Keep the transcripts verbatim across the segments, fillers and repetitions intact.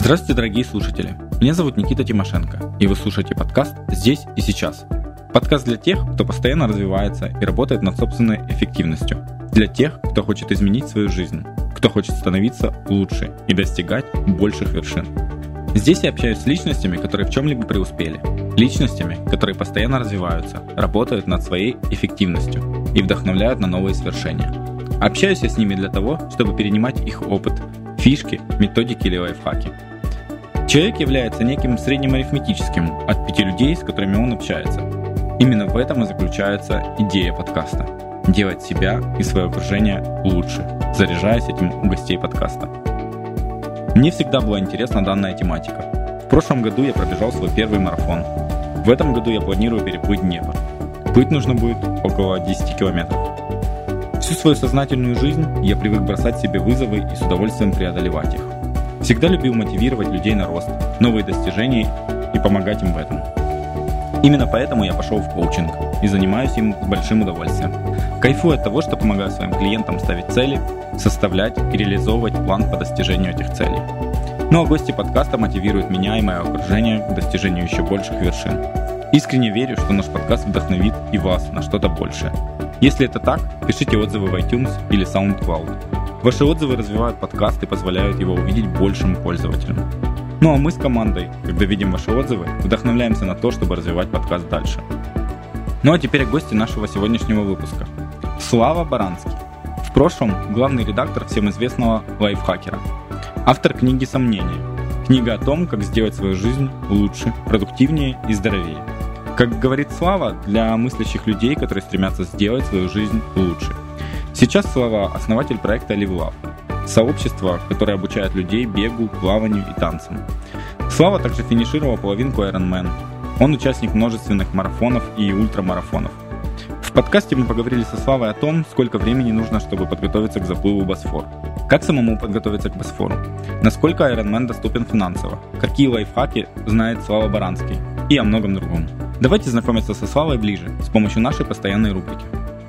Здравствуйте, дорогие слушатели. Меня зовут Никита Тимошенко, и вы слушаете подкаст «Здесь и сейчас». Подкаст для тех, кто постоянно развивается и работает над собственной эффективностью. Для тех, кто хочет изменить свою жизнь, кто хочет становиться лучше и достигать больших вершин. Здесь я общаюсь с личностями, которые в чем-либо преуспели. Личностями, которые постоянно развиваются, работают над своей эффективностью и вдохновляют на новые свершения. Общаюсь я с ними для того, чтобы перенимать их опыт, фишки, методики или лайфхаки. Человек является неким средним арифметическим от пяти людей, с которыми он общается. Именно в этом и заключается идея подкаста – делать себя и свое окружение лучше, заряжаясь этим у гостей подкаста. Мне всегда была интересна данная тематика. В прошлом году я пробежал свой первый марафон. В этом году я планирую переплыть Днепр. Плыть нужно будет около десять километров. Всю свою сознательную жизнь я привык бросать себе вызовы и с удовольствием преодолевать их. Всегда любил мотивировать людей на рост, новые достижения и помогать им в этом. Именно поэтому я пошел в коучинг и занимаюсь им с большим удовольствием. Кайфую от того, что помогаю своим клиентам ставить цели, составлять и реализовывать план по достижению этих целей. Ну а гости подкаста мотивируют меня и мое окружение к достижению еще больших вершин. Искренне верю, что наш подкаст вдохновит и вас на что-то большее. Если это так, пишите отзывы в iTunes или SoundCloud. Ваши отзывы развивают подкаст и позволяют его увидеть большим пользователям. Ну а мы с командой, когда видим ваши отзывы, вдохновляемся на то, чтобы развивать подкаст дальше. Ну а теперь о гости нашего сегодняшнего выпуска. Слава Баранский. В прошлом главный редактор всем известного лайфхакера. Автор книги «Сомнения». Книга о том, как сделать свою жизнь лучше, продуктивнее и здоровее. Как говорит Слава, для мыслящих людей, которые стремятся сделать свою жизнь лучше. Сейчас Слава – основатель проекта LiveLove, сообщества, которое обучает людей бегу, плаванию и танцам. Слава также финишировал половинку Ironman. Он участник множественных марафонов и ультрамарафонов. В подкасте мы поговорили со Славой о том, сколько времени нужно, чтобы подготовиться к заплыву Босфор. Как самому подготовиться к Босфору? Насколько Ironman доступен финансово? Какие лайфхаки знает Слава Баранский? И о многом другом. Давайте знакомиться со Славой ближе с помощью нашей постоянной рубрики.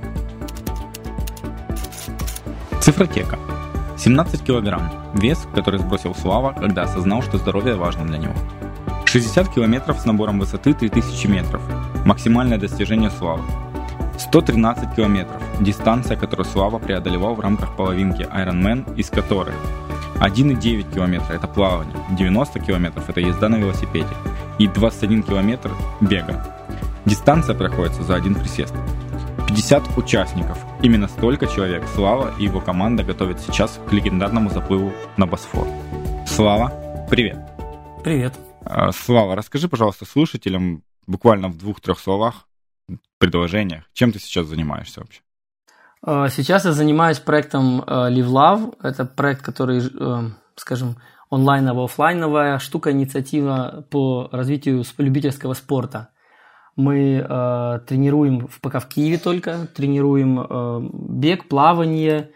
Цифротека. семнадцать килограмм. Вес, который сбросил Слава, когда осознал, что здоровье важно для него. шестьдесят километров с набором высоты три тысячи метров. Максимальное достижение Славы. сто тринадцать километров. Дистанция, которую Слава преодолевал в рамках половинки Ironman, из которых один целых девять десятых километра – это плавание, девяносто километров – это езда на велосипеде и двадцать один километр – бега. Дистанция проходится за один присест. пятьдесят участников. Именно столько человек Слава и его команда готовят сейчас к легендарному заплыву на Босфор. Слава, привет. Привет. Слава, расскажи, пожалуйста, слушателям буквально в двух-трех словах, предложениях, чем ты сейчас занимаешься вообще? Сейчас я занимаюсь проектом LiveLove. Это проект, который, скажем, онлайново-офлайновая штука, инициатива по развитию любительского спорта. Мы э, тренируем пока в Киеве только, тренируем э, бег, плавание,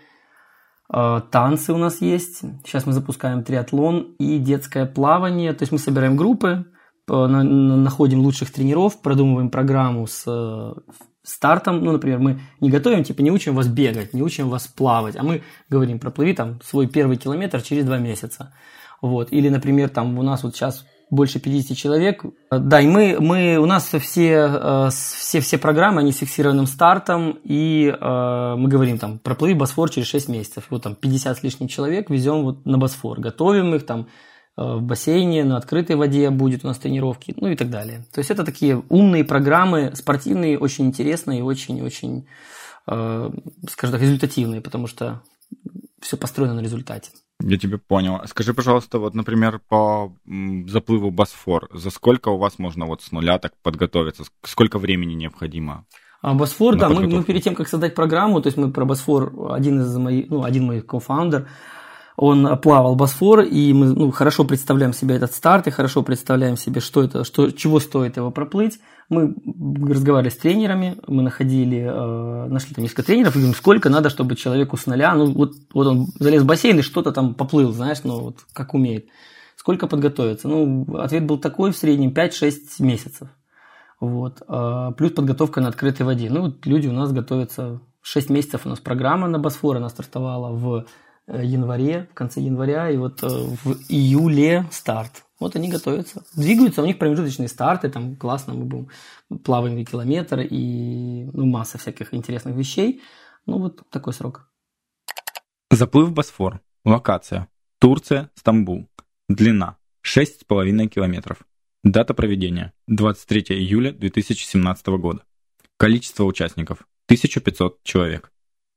э, танцы у нас есть. Сейчас мы запускаем триатлон и детское плавание. То есть мы собираем группы, э, на, на, находим лучших тренеров, продумываем программу с э, стартом. Ну, например, мы не готовим, типа не учим вас бегать, не учим вас плавать, а мы говорим, проплыви там свой первый километр через два месяца. Вот. Или, например, там у нас вот сейчас больше пятьдесят человек. Да, и мы, мы, у нас все, все, все программы, они с фиксированным стартом, и э, мы говорим, там, проплыви Босфор через шесть месяцев. Вот там пятьдесят с лишним человек везем вот на Босфор, готовим их там э, в бассейне, на открытой воде будет у нас тренировки, ну и так далее. То есть это такие умные программы, спортивные, очень интересные и очень-очень, э, скажем так, результативные, потому что все построено на результате. Я тебя понял. Скажи, пожалуйста, вот, например, по заплыву Босфор, за сколько у вас можно вот с нуля так подготовиться? Сколько времени необходимо? А Босфор, да, мы, мы перед тем, как создать программу, то есть мы про Босфор, один из моих, ну, один мой кофаундер, он плавал Босфор, и мы ну, хорошо представляем себе этот старт, и хорошо представляем себе, что это, что, чего стоит его проплыть. Мы разговаривали с тренерами, мы находили, э, нашли там несколько тренеров, и говорим, сколько надо, чтобы человеку с нуля, ну вот, вот он залез в бассейн и что-то там поплыл, знаешь, ну вот как умеет. Сколько подготовиться? Ну, ответ был такой, в среднем пять-шесть месяцев. Вот. Э, плюс подготовка на открытой воде. Ну, вот люди у нас готовятся, шесть месяцев у нас программа на Босфор, она стартовала в январе, в конце января, и вот в июле старт. Вот они готовятся. Двигаются, у них промежуточные старты, там классно, мы будем плаваем километр и ну, масса всяких интересных вещей. Ну, вот такой срок. Заплыв Босфор. Локация. Турция, Стамбул. Длина. шесть с половиной километров. Дата проведения. двадцать третьего июля две тысячи семнадцатого года. Количество участников. тысяча пятьсот человек.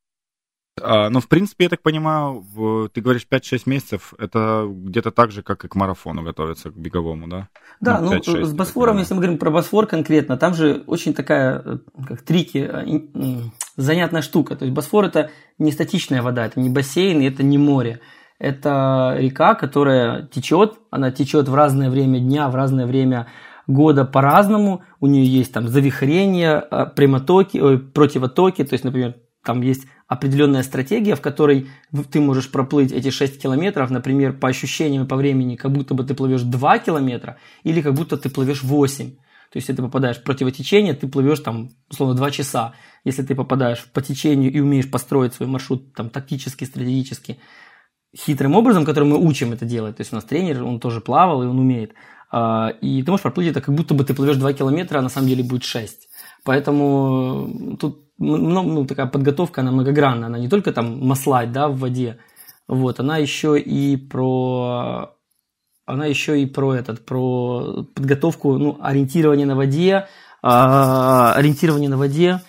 А, ну, в принципе, я так понимаю, в, ты говоришь пять-шесть месяцев, это где-то так же, как и к марафону готовиться, к беговому, да? Да, ну, ну с Босфором, если мы говорим про Босфор конкретно, там же очень такая, как трики, занятная штука. То есть Босфор – это не статичная вода, это не бассейн, это не море. Это река, которая течет, она течет в разное время дня, в разное время года по-разному. У нее есть там завихрения, прямотоки, ой, противотоки, то есть, например, там есть определенная стратегия, в которой ты можешь проплыть эти шесть километров, например, по ощущениям и по времени, как будто бы ты плывешь два километра или как будто ты плывешь восемь. То есть, если ты попадаешь в противотечение, ты плывешь там, условно, два часа. Если ты попадаешь по течению и умеешь построить свой маршрут там тактически, стратегически, хитрым образом, которым мы учим это делать. То есть, у нас тренер, он тоже плавал, и он умеет. И ты можешь проплыть это, как будто бы ты плывешь два километра, а на самом деле будет шесть. Поэтому тут ну, такая подготовка, она многогранная. Она не только там маслать, да, в воде, вот, она еще и про, она еще и про этот, про подготовку, ну, ориентирование на воде, ориентирование на воде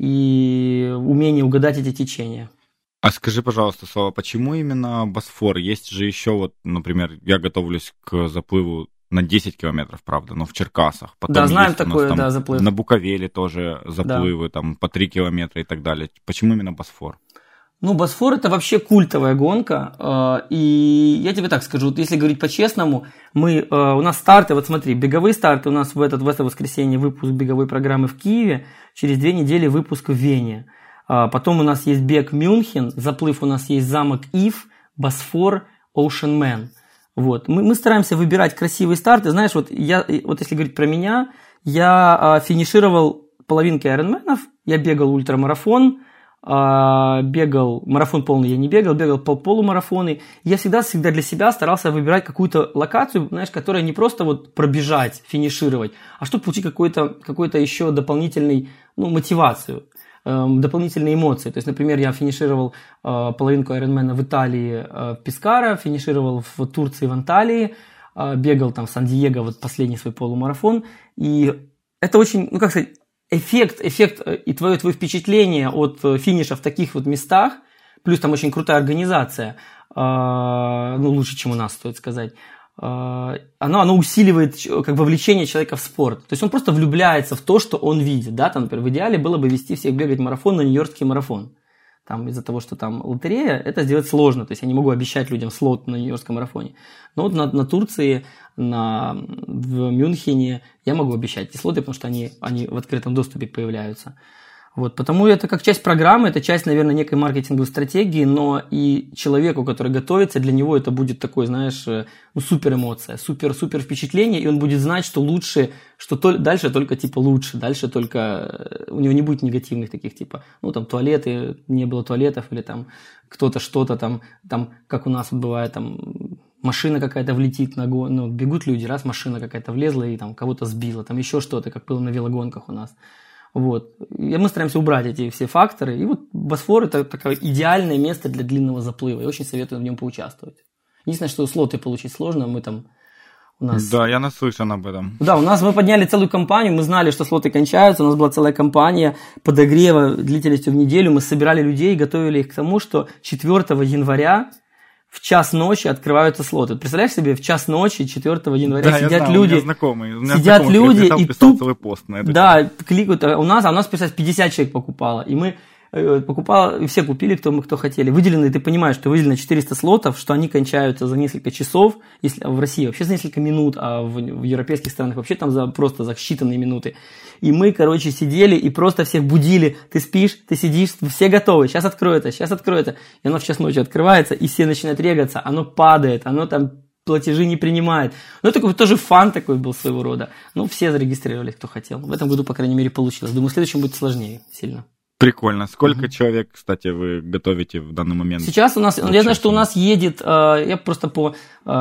и умение угадать эти течения. А скажи, пожалуйста, Слава, почему именно Босфор? Есть же еще вот, например, я готовлюсь к заплыву на десять километров, правда, но в Черкасах. Потом да, знаем есть такое, там, да, заплыв. На Буковеле тоже заплывы, да. Там по три километра и так далее. Почему именно Босфор? Ну, Босфор – это вообще культовая гонка. И я тебе так скажу, вот если говорить по-честному, мы, у нас старты, вот смотри, беговые старты у нас в, этот, в это воскресенье выпуск беговой программы в Киеве, через две недели выпуск в Вене. Потом у нас есть бег Мюнхен, заплыв у нас есть замок Ив, Босфор, Ocean Man. Вот. Мы, мы стараемся выбирать красивые старты. Знаешь, вот, я, вот если говорить про меня, я а, финишировал половинкой айронменов, я бегал ультрамарафон, а, бегал, марафон полный я не бегал, бегал пол, полумарафоны. Я всегда, всегда для себя старался выбирать какую-то локацию, знаешь, которая не просто вот пробежать, финишировать, а чтобы получить какой-то, какой-то еще дополнительный, ну, мотивацию. Дополнительные эмоции. То есть, например, я финишировал э, половинку Айронмена в Италии э, в Пескаро, финишировал в Турции в Анталии, э, бегал там в Сан-Диего, вот последний свой полумарафон. И это очень, ну как сказать, эффект, эффект и твое, твое впечатление от финиша в таких вот местах, плюс там очень крутая организация, э, ну лучше, чем у нас, стоит сказать, Оно, оно усиливает как вовлечение человека в спорт. То есть он просто влюбляется в то, что он видит. Да? Там, например, в идеале было бы вести всех бегать марафон на Нью-Йоркский марафон. Там, из-за того, что там лотерея, это сделать сложно. То есть я не могу обещать людям слот на Нью-Йоркском марафоне. Но вот на, на Турции, на, в Мюнхене я могу обещать эти слоты, потому что они, они в открытом доступе появляются. Вот, потому это как часть программы, это часть, наверное, некой маркетинговой стратегии, но и человеку, который готовится, для него это будет такой, знаешь, ну, супер эмоция, супер-супер впечатление, и он будет знать, что лучше, что то, дальше только типа лучше, дальше только у него не будет негативных таких типа, ну там туалеты, не было туалетов, или там кто-то что-то там, там как у нас вот бывает, там машина какая-то влетит, на гон... ну, бегут люди, раз машина какая-то влезла и там кого-то сбила, там еще что-то, как было на велогонках у нас. Вот. И мы стараемся убрать эти все факторы. И вот Босфор – это такое идеальное место для длинного заплыва. Я очень советую в нем поучаствовать. Единственное, что слоты получить сложно. Мы там у нас... Да, я наслышан об этом. Да, у нас мы подняли целую кампанию. Мы знали, что слоты кончаются. У нас была целая кампания подогрева длительностью в неделю. Мы собирали людей, готовили их к тому, что четвёртого января в час ночи открываются слоты. Представляешь себе, в час ночи четвёртого января да, сидят я знаю, люди, у меня знакомые, у меня сидят знакомые, люди писал, и писал туп... целый пост на это. Да, кликают. У нас, а у нас, представляешь, пятьдесят человек покупало. И мы покупал, и все купили, кто мы, кто хотели. Выделены, ты понимаешь, что выделено четыреста слотов, что они кончаются за несколько часов, если в России вообще за несколько минут, а в, в европейских странах вообще там за, просто за считанные минуты. И мы, короче, сидели и просто всех будили. Ты спишь, ты сидишь, все готовы, сейчас открою это, сейчас открою это. И оно в час ночи открывается, и все начинают регаться, оно падает, оно там платежи не принимает. Ну, это такой тоже фан такой был своего рода. Ну, все зарегистрировались, кто хотел. В этом году, по крайней мере, получилось. Думаю, в следующем будет сложнее сильно. Прикольно. Сколько mm-hmm. человек, кстати, вы готовите в данный момент? Сейчас у нас, я знаю, что у нас едет, я просто по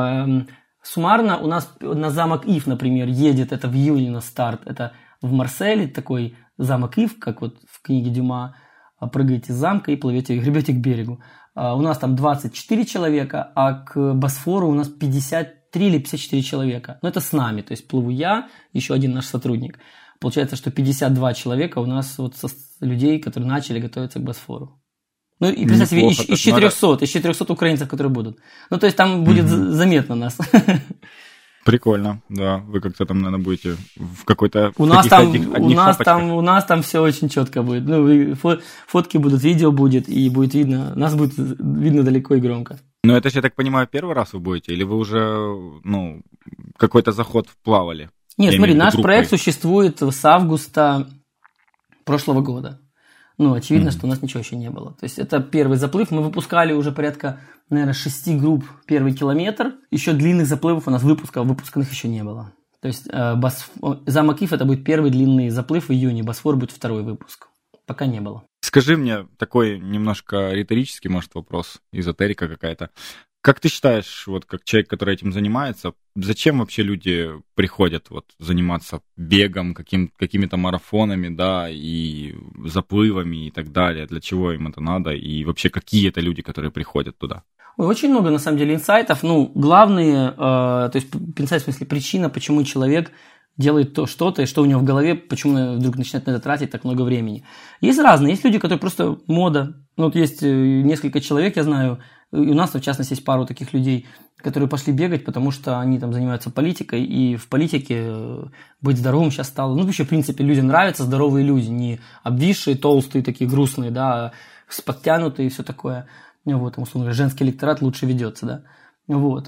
суммарно, у нас на замок Ив, например, едет, это в июне на старт, это в Марселе такой замок Ив, как вот в книге Дюма, прыгаете с замка и плывете, гребете к берегу. У нас там двадцать четыре человека, а к Босфору у нас пятьдесят три или пятьдесят четыре человека. Но это с нами, то есть плыву я, еще один наш сотрудник. Получается, что пятьдесят два человека у нас вот со, людей, которые начали готовиться к Босфору. Ну и представь себе, из, из четырехсот, из четырехсот украинцев, которые будут. Ну то есть там будет mm-hmm. заметно нас. Прикольно, да. Вы как-то там, наверное, будете в какой-то... У нас там, одних, одних у нас там, у нас там все очень четко будет. Ну, фотки будут, видео будет, и будет видно, нас будет видно далеко и громко. Ну, это же, я так понимаю, первый раз вы будете? Или вы уже, ну, какой-то заход плавали? Нет, я смотри, наш группой. Проект существует с августа прошлого года. Ну, очевидно, mm-hmm. что у нас ничего еще не было. То есть это первый заплыв. Мы выпускали уже порядка, наверное, шести групп первый километр. Еще длинных заплывов у нас выпусков, выпусканных еще не было. То есть э, Босф... замок Ив это будет первый длинный заплыв в июне, Босфор будет второй выпуск. Пока не было. Скажи мне такой немножко риторический, может, вопрос, эзотерика какая-то. Как ты считаешь, вот как человек, который этим занимается, зачем вообще люди приходят вот заниматься бегом, каким, какими-то марафонами, да, и заплывами и так далее? Для чего им это надо? И вообще, какие это люди, которые приходят туда? Ой, очень много, на самом деле, инсайтов. Ну, главные, э, то есть, инсайт, в смысле, причина, почему человек делает то, что-то, и что у него в голове, почему он вдруг начинает на это тратить так много времени. Есть разные. Есть люди, которые просто мода. Ну, вот есть несколько человек, я знаю, и у нас, в частности, есть пару таких людей, которые пошли бегать, потому что они там занимаются политикой, и в политике быть здоровым сейчас стало... Ну, вообще, в принципе, людям нравятся здоровые люди, не обвисшие, толстые, такие грустные, да, подтянутые и все такое. Вот, условно говоря, женский электорат лучше ведется, да. Вот.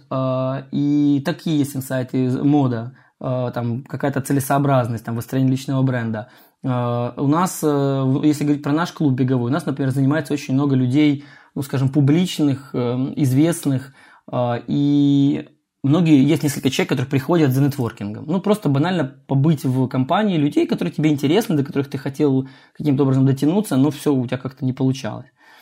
И такие есть инсайты, мода, там какая-то целесообразность, там выстроение личного бренда. У нас, если говорить про наш клуб беговой, у нас, например, занимается очень много людей, ну, скажем, публичных, известных, и многие, есть несколько человек, которые приходят за нетворкингом. Ну, просто банально побыть в компании людей, которые тебе интересны, до которых ты хотел каким-то образом дотянуться, но все у тебя как-то не получалось.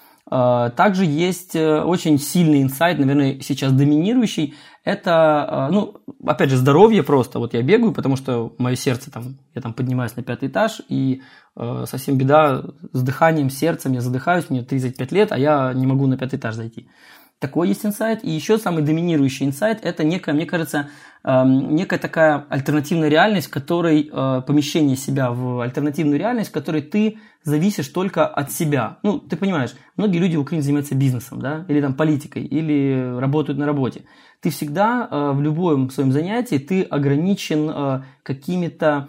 Также есть очень сильный инсайт, наверное, сейчас доминирующий, это, ну, опять же, здоровье просто. Вот я бегаю, потому что мое сердце там, я там поднимаюсь на пятый этаж, и э, совсем беда с дыханием, с сердцем, я задыхаюсь, мне тридцать пять лет, а я не могу на пятый этаж зайти. Такой есть инсайт. И еще самый доминирующий инсайт – это некая, мне кажется, э, некая такая альтернативная реальность, в которой э, помещение себя в альтернативную реальность, в которой ты зависишь только от себя. Ну, ты понимаешь, многие люди в Украине занимаются бизнесом, да, или там политикой, или работают на работе. Ты всегда э, в любом своем занятии ты ограничен э, какими-то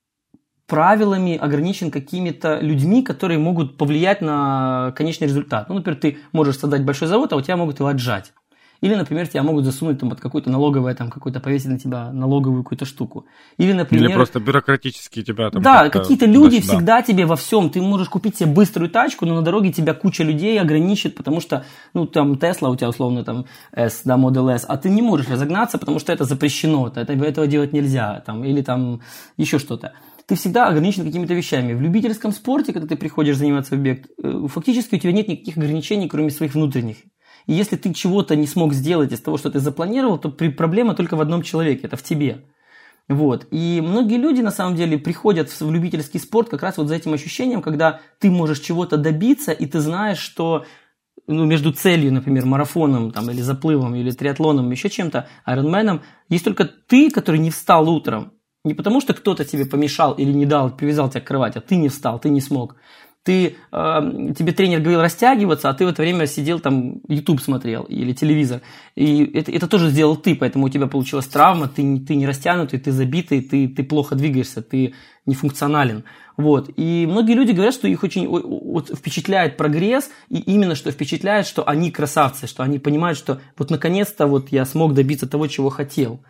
правилами, ограничен какими-то людьми, которые могут повлиять на конечный результат. Ну, например, ты можешь создать большой завод, а у тебя могут его отжать. Или, например, тебя могут засунуть там под какое-то налоговое, там, какой-то повесить на тебя налоговую какую-то штуку. Или, например... Или просто бюрократически тебя там... Да, какие-то люди туда-сюда. Всегда тебе во всем. Ты можешь купить себе быструю тачку, но на дороге тебя куча людей ограничит, потому что, ну, там, Tesla у тебя условно там S, да, Model S, а ты не можешь разогнаться, потому что это запрещено, это, этого делать нельзя, там, или там еще что-то. Ты всегда ограничен какими-то вещами. В любительском спорте, когда ты приходишь заниматься в бег, фактически у тебя нет никаких ограничений, кроме своих внутренних. И если ты чего-то не смог сделать из того, что ты запланировал, то проблема только в одном человеке, это в тебе. Вот. И многие люди, на самом деле, приходят в любительский спорт как раз вот за этим ощущением, когда ты можешь чего-то добиться, и ты знаешь, что ну, между целью, например, марафоном там, или заплывом, или триатлоном, еще чем-то, айронменом, есть только ты, который не встал утром. Не потому, что кто-то тебе помешал или не дал, привязал тебя к кровати, а ты не встал, ты не смог. Ты, э, тебе тренер говорил растягиваться, а ты в это время сидел там, YouTube смотрел или телевизор. И это, это тоже сделал ты, поэтому у тебя получилась травма, ты, ты не растянутый, ты забитый, ты, ты плохо двигаешься, ты не функционален. Вот. И многие люди говорят, что их очень вот, впечатляет прогресс, и именно что впечатляет, что они красавцы, что они понимают, что вот наконец-то вот я смог добиться того, чего хотел.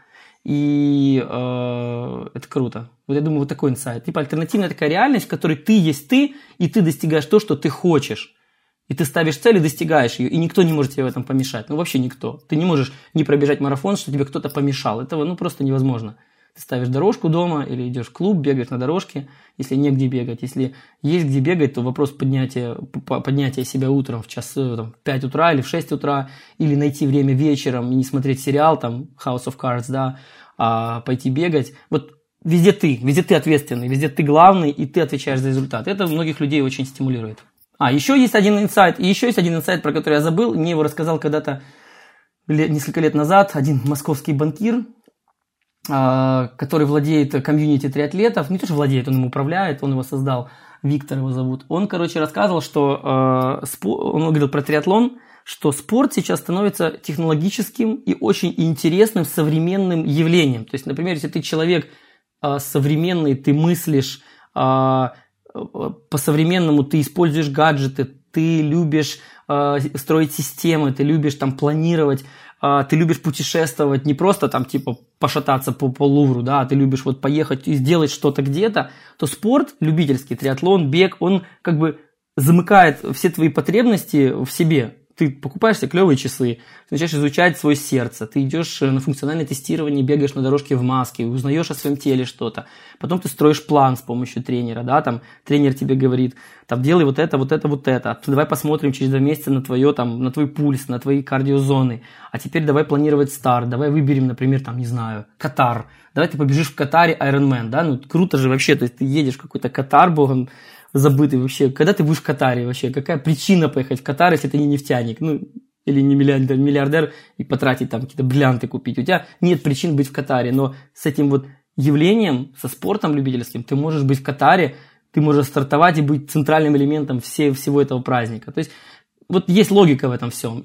И э, это круто. Вот я думаю, вот такой инсайт. Типа альтернативная такая реальность, в которой ты есть ты, и ты достигаешь то, что ты хочешь. И ты ставишь цель и достигаешь ее, и никто не может тебе в этом помешать. Ну, вообще никто. Ты не можешь не пробежать марафон, что тебе кто-то помешал. Этого, ну, просто невозможно. Ты ставишь дорожку дома или идешь в клуб, бегаешь на дорожке, если негде бегать. Если есть где бегать, то вопрос поднятия, поднятия себя утром в час, там, в пять утра или в шесть утра, или найти время вечером и не смотреть сериал, там, House of Cards, да, а пойти бегать. Вот везде ты, везде ты ответственный, везде ты главный, и ты отвечаешь за результат. Это многих людей очень стимулирует. А, еще есть один инсайт, и еще есть один инсайт, про который я забыл, мне его рассказал когда-то несколько лет назад один московский банкир, который владеет комьюнити триатлетов, не то что владеет, он им управляет, он его создал, Виктор его зовут. Он, короче, рассказывал, что э, он говорил про триатлон, что спорт сейчас становится технологическим и очень интересным современным явлением. То есть, например, если ты человек э, современный, ты мыслишь э, по-современному, ты используешь гаджеты, ты любишь э, строить системы, ты любишь там планировать, э, ты любишь путешествовать, не просто там типа пошататься по, по Лувру, да, а ты любишь вот поехать и сделать что-то где-то, то спорт любительский, триатлон, бег, он как бы замыкает все твои потребности в себе. Ты покупаешь себе клевые часы, ты начинаешь изучать свое сердце, ты идешь на функциональное тестирование, бегаешь на дорожке в маске, узнаешь о своем теле что-то. Потом ты строишь план с помощью тренера, да, там тренер тебе говорит, там делай вот это, вот это, вот это. Давай посмотрим через два месяца на твое, там, на твой пульс, на твои кардиозоны. А теперь давай планировать старт, давай выберем, например, там, не знаю, Катар. Давай ты побежишь в Катаре Ironman, да, ну круто же вообще, то есть ты едешь в какой-то Катар, богом забытый вообще. Когда ты будешь в Катаре вообще? Какая причина поехать в Катар, если ты не нефтяник? Ну, или не миллиардер, миллиардер и потратить там какие-то бриллианты купить. У тебя нет причин быть в Катаре, но с этим вот явлением, со спортом любительским, ты можешь быть в Катаре, ты можешь стартовать и быть центральным элементом все, всего этого праздника. То есть вот есть логика в этом всем.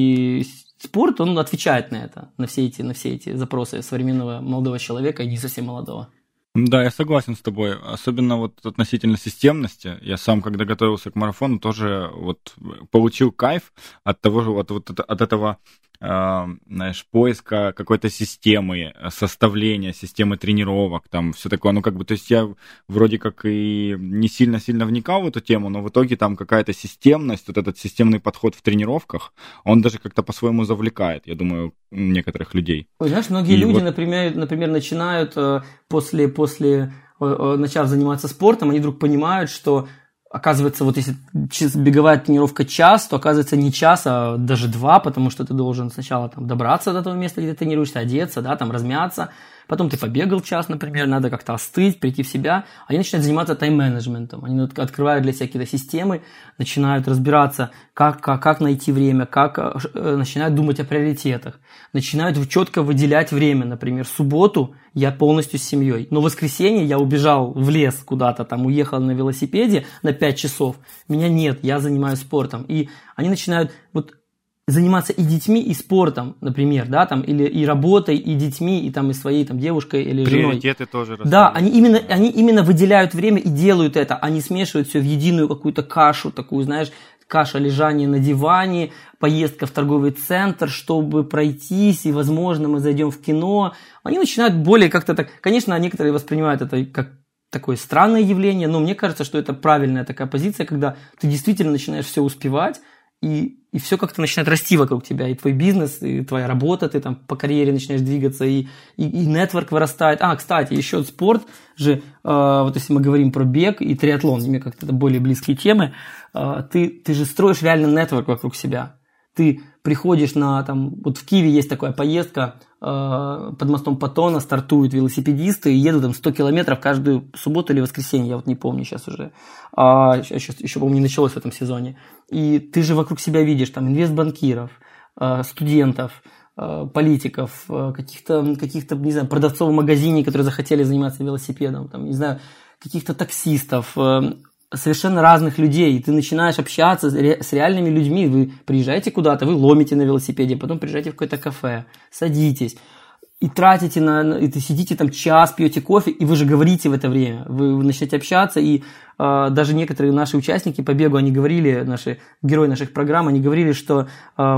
И спорт, он отвечает на это, на все эти, на все эти запросы современного молодого человека и не совсем молодого. Да, я согласен с тобой, особенно вот относительно системности. Я сам, когда готовился к марафону, тоже вот получил кайф от того же, вот, вот от этого, э, знаешь, поиска какой-то системы, составления системы тренировок, там все такое. Ну, как бы, то есть я вроде как и не сильно-сильно вникал в эту тему, но в итоге там какая-то системность, вот этот системный подход в тренировках, он даже как-то по-своему завлекает, я думаю, некоторых людей. Ой, знаешь, многие и люди, вот... например, например, начинают э, после, после э, э, начав заниматься спортом, они вдруг понимают, что, оказывается, вот если беговая тренировка час, то, оказывается, не час, а даже два, потому что ты должен сначала там добраться до того места, где ты тренируешься, одеться, да, там размяться, потом ты побегал час, например, надо как-то остыть, прийти в себя. Они начинают заниматься тайм-менеджментом, они открывают для себя какие-то системы, начинают разбираться, как, как, как найти время, как начинают думать о приоритетах, начинают четко выделять время. Например, в субботу я полностью с семьей, но в воскресенье я убежал в лес куда-то, там уехал на велосипеде на пять часов, меня нет, я занимаюсь спортом. И они начинают вот заниматься и детьми, и спортом, например, да, там, или и работой, и детьми, и там, и своей там девушкой или женой. Приоритеты тоже расставляют. Да, они именно, они именно выделяют время и делают это, они смешивают все в единую какую-то кашу, такую, знаешь, каша лежания на диване, поездка в торговый центр, чтобы пройтись, и, возможно, мы зайдем в кино. Они начинают более как-то так, конечно, некоторые воспринимают это как такое странное явление, но мне кажется, что это правильная такая позиция, когда ты действительно начинаешь все успевать, и, и все как-то начинает расти вокруг тебя, и твой бизнес, и твоя работа, ты там по карьере начинаешь двигаться, и, и, и нетворк вырастает. А, кстати, еще спорт же, э, вот если мы говорим про бег и триатлон, мне как-то это более близкие темы, э, ты, ты же строишь реально нетворк вокруг себя. Ты приходишь на, там, вот в Киеве есть такая поездка, э, под мостом Паттона стартуют велосипедисты и едут там сто километров каждую субботу или воскресенье, я вот не помню сейчас уже, а, еще, еще, по-моему, не началось в этом сезоне. И ты же вокруг себя видишь там инвестбанкиров, э, студентов, э, политиков, э, каких-то, каких-то, не знаю, продавцов в магазине, которые захотели заниматься велосипедом, там, не знаю, каких-то таксистов, э, совершенно разных людей, и ты начинаешь общаться с реальными людьми, вы приезжаете куда-то, вы ломите на велосипеде, потом приезжаете в какое-то кафе, садитесь, и тратите на, и ты сидите там час, пьете кофе, и вы же говорите в это время, вы, вы начинаете общаться, и э, даже некоторые наши участники по бегу, они говорили, наши герои наших программ, они говорили, что э,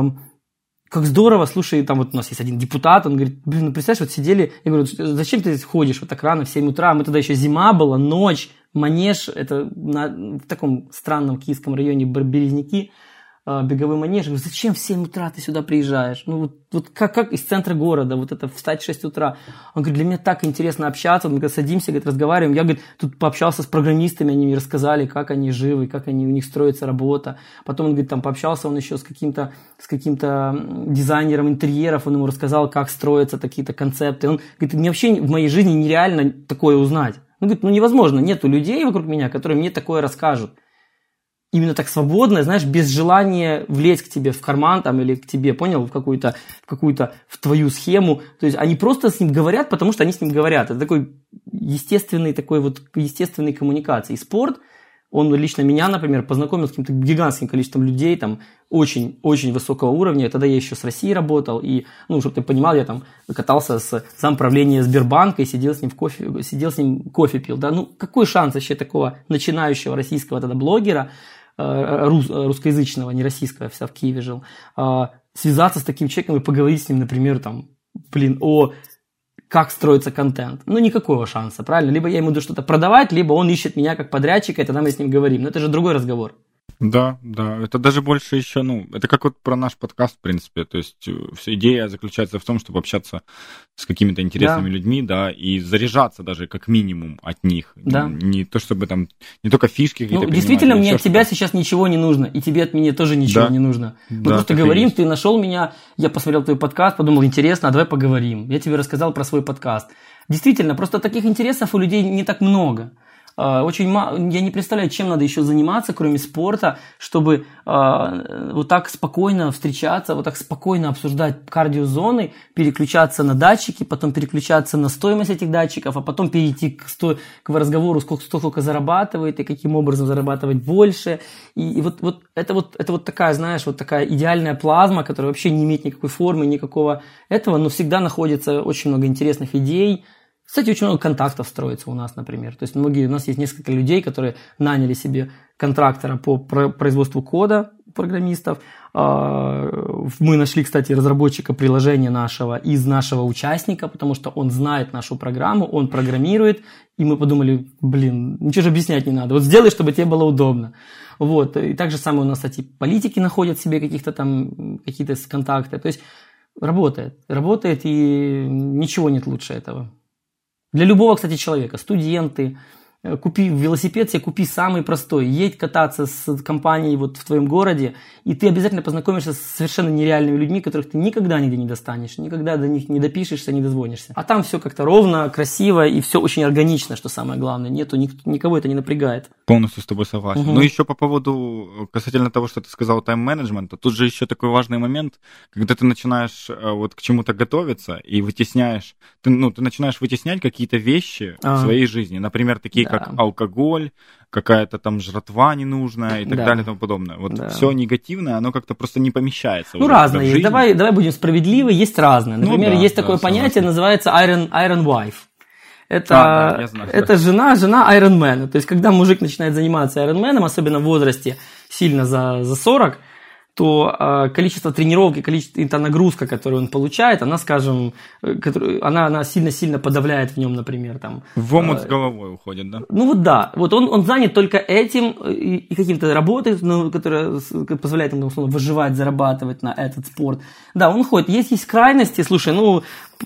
как здорово, слушай, там вот у нас есть один депутат, он говорит, блин, ну представляешь, вот сидели, я говорю, зачем ты ходишь вот так рано в семь утра, мы тогда еще зима была, ночь, Манеж, это на, в таком странном киевском районе Березники, беговой манеж. Я говорю, зачем в семь утра ты сюда приезжаешь? Ну, вот, вот как, как из центра города, вот это встать в шесть утра. Он говорит, для меня так интересно общаться. Мы говорит, садимся, говорит, разговариваем. Я, говорит, тут пообщался с программистами, они мне рассказали, как они живы, как они, у них строится работа. Потом он, говорит, там пообщался он еще с каким-то, с каким-то дизайнером интерьеров, он ему рассказал, как строятся такие-то концепты. Он говорит, мне вообще в моей жизни нереально такое узнать. Он говорит, ну невозможно, нету людей вокруг меня, которые мне такое расскажут. Именно так свободно, знаешь, без желания влезть к тебе в карман там, или к тебе, понял, в какую-то, в какую-то, в твою схему. То есть они просто с ним говорят, потому что они с ним говорят. Это такой естественный, такой вот естественной коммуникации. И спорт, он лично меня, например, познакомил с каким-то гигантским количеством людей, там, очень-очень высокого уровня. Тогда я еще с Россией работал, и, ну, чтобы ты понимал, я там катался с замправления Сбербанка и сидел с ним в кофе, сидел с ним кофе пил, да. Ну, какой шанс вообще такого начинающего российского тогда блогера, рус, русскоязычного, не российского, я вся в Киеве жил, связаться с таким человеком и поговорить с ним, например, там, блин, о... как строится контент. Ну, никакого шанса, правильно? Либо я ему буду что-то продавать, либо он ищет меня как подрядчика, и тогда мы с ним говорим. Но это же другой разговор. Да, да, это даже больше еще, ну, это как вот про наш подкаст, в принципе, то есть вся идея заключается в том, чтобы общаться с какими-то интересными да. людьми, да, и заряжаться даже как минимум от них. Да. Не то, чтобы там, не только фишки какие-то. Ну, действительно, мне от тебя сейчас ничего не нужно, и тебе от меня тоже ничего да. не нужно. Мы да, просто говорим, ты нашел меня, я посмотрел твой подкаст, подумал, интересно, а давай поговорим. Я тебе рассказал про свой подкаст. Действительно, просто таких интересов у людей не так много. Очень мало, я не представляю, чем надо еще заниматься, кроме спорта, чтобы э, вот так спокойно встречаться, вот так спокойно обсуждать кардиозоны, переключаться на датчики, потом переключаться на стоимость этих датчиков, а потом перейти к, сто, к разговору, сколько, сколько зарабатывает и каким образом зарабатывать больше. И, и вот, вот, это вот это вот такая, знаешь, вот такая идеальная плазма, которая вообще не имеет никакой формы, никакого этого, но всегда находится очень много интересных идей. Кстати, очень много контактов строится у нас, например. То есть многие, у нас есть несколько людей, которые наняли себе контрактора по производству кода, программистов. Мы нашли, кстати, разработчика приложения нашего из нашего участника, потому что он знает нашу программу, он программирует, и мы подумали, блин, ничего же объяснять не надо. Вот сделай, чтобы тебе было удобно. Вот. И так же самое у нас, кстати, политики находят себе каких-то там, какие-то контакты. То есть работает, работает, и ничего нет лучше этого. Для любого, кстати, человека, студенты, купи велосипед себе, купи самый простой, едь кататься с компанией вот в твоем городе, и ты обязательно познакомишься с совершенно нереальными людьми, которых ты никогда нигде не достанешь, никогда до них не допишешься, не дозвонишься. А там все как-то ровно, красиво и все очень органично, что самое главное. Нету, никого это не напрягает. Полностью с тобой согласен. Угу. Ну, еще по поводу, касательно того, что ты сказал, тайм-менеджмента, тут же еще такой важный момент, когда ты начинаешь вот к чему-то готовиться и вытесняешь, ты, ну, ты начинаешь вытеснять какие-то вещи а. в своей жизни, например, такие, да. как алкоголь, какая-то там жратва ненужная и так да. далее и тому подобное. Вот да. все негативное, оно как-то просто не помещается. Ну, разное есть. Давай, давай будем справедливы, есть разное. Например, ну, да, есть такое да, понятие, называется Iron, Iron Wife. Это, а, да, знаю, это да. жена, жена Ironman. То есть, когда мужик начинает заниматься Ironman, особенно в возрасте сильно за, за сорок, то э, количество тренировок и количество, и та нагрузка, которую он получает, она, скажем, которую, она, она сильно-сильно подавляет в нем, например. Там, в омут э, с головой уходит, да? Ну вот да. Вот он, он занят только этим и, и каким-то работой, ну, которая позволяет ему, условно, выживать, зарабатывать на этот спорт. Да, он ходит. Есть, есть крайности, слушай, ну,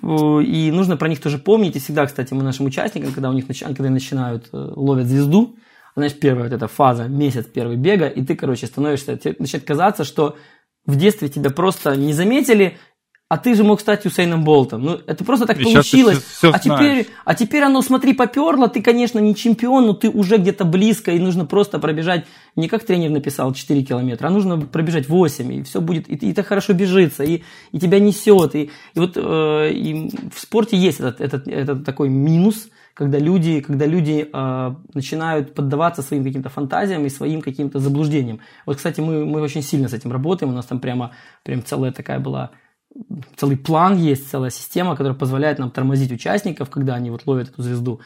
и нужно про них тоже помнить. И всегда, кстати, мы нашим участникам, когда у них когда начинают, ловят звезду, знаешь, первая вот эта фаза, месяц первый бега, и ты, короче, становишься, тебе начинает казаться, что в детстве тебя просто не заметили, а ты же мог стать Усейном Болтом. Ну, это просто так и получилось. Все, все а, теперь, а теперь оно, смотри, поперло, ты, конечно, не чемпион, но ты уже где-то близко, и нужно просто пробежать, не как тренер написал, четыре километра, а нужно пробежать восемь, и все будет, и, и так хорошо бежится, и, и тебя несет. И, и вот э, и в спорте есть этот, этот, этот такой минус, когда люди, когда люди э, начинают поддаваться своим каким-то фантазиям и своим каким-то заблуждениям. Вот, кстати, мы, мы очень сильно с этим работаем, у нас там прямо, прям целая такая была, целый план есть, целая система, которая позволяет нам тормозить участников, когда они вот ловят эту звезду.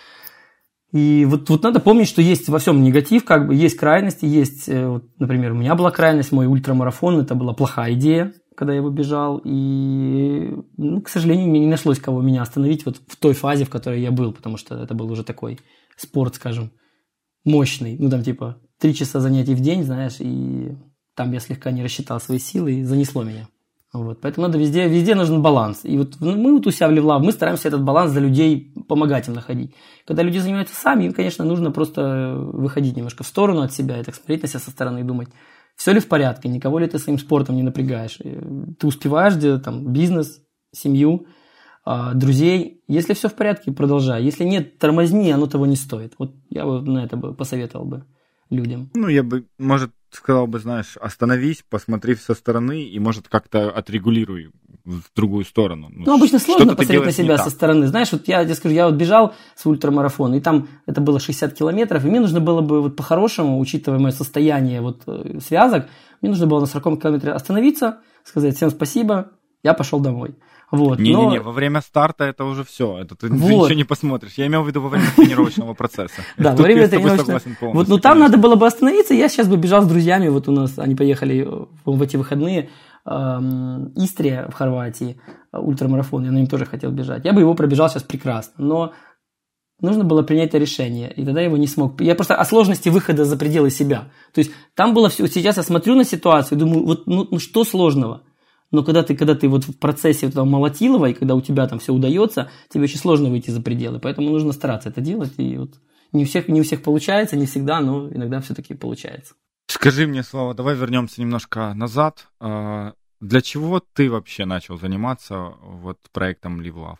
И вот, вот надо помнить, что есть во всем негатив, как бы есть крайности, есть, вот, например, у меня была крайность, мой ультрамарафон, это была плохая идея, когда я его бежал, и, ну, к сожалению, мне не нашлось кого меня остановить вот в той фазе, в которой я был, потому что это был уже такой спорт, скажем, мощный, ну, там, типа, три часа занятий в день, знаешь, и там я слегка не рассчитал свои силы и занесло меня. Вот. Поэтому надо везде, везде нужен баланс. И вот мы вот у себя в LiveLove, мы стараемся этот баланс для людей помогать им находить. Когда люди занимаются сами, им, конечно, нужно просто выходить немножко в сторону от себя и так смотреть на себя со стороны и думать, все ли в порядке, никого ли ты своим спортом не напрягаешь. Ты успеваешь где там бизнес, семью, друзей. Если все в порядке, продолжай. Если нет, тормозни, оно того не стоит. Вот я вот на это бы посоветовал бы людям. Ну, я бы, может, сказал бы, знаешь, остановись, посмотри со стороны и, может, как-то отрегулируй в другую сторону. Ну, ну обычно сложно посмотреть на себя со стороны. Знаешь, вот я тебе скажу, я вот бежал с ультрамарафона, и там это было шестьдесят километров, и мне нужно было бы вот по-хорошему, учитывая мое состояние вот связок, мне нужно было на сороковом километре остановиться, сказать всем спасибо, я пошел домой. Вот, Не-не-не, но... во время старта это уже все, это ты, вот. ты ничего не посмотришь. Я имел в виду во время тренировочного процесса. Да, во время тренировочного. Вот, ну там надо было бы остановиться, я сейчас бы бежал с друзьями, вот у нас, они поехали в эти выходные, Истрия в Хорватии, ультрамарафон, я на нем тоже хотел бежать. Я бы его пробежал сейчас прекрасно, но нужно было принять это решение, и тогда я его не смог. Я просто о сложности выхода за пределы себя. То есть там было все, сейчас я смотрю на ситуацию, думаю, вот ну, ну что сложного? Но когда ты, когда ты вот в процессе этого молотилова, и когда у тебя там все удается, тебе очень сложно выйти за пределы. Поэтому нужно стараться это делать. И вот не у всех, не у всех получается, не всегда, но иногда все-таки получается. Скажи мне, Слава, давай вернемся немножко назад. Для чего ты вообще начал заниматься вот проектом LiveLove?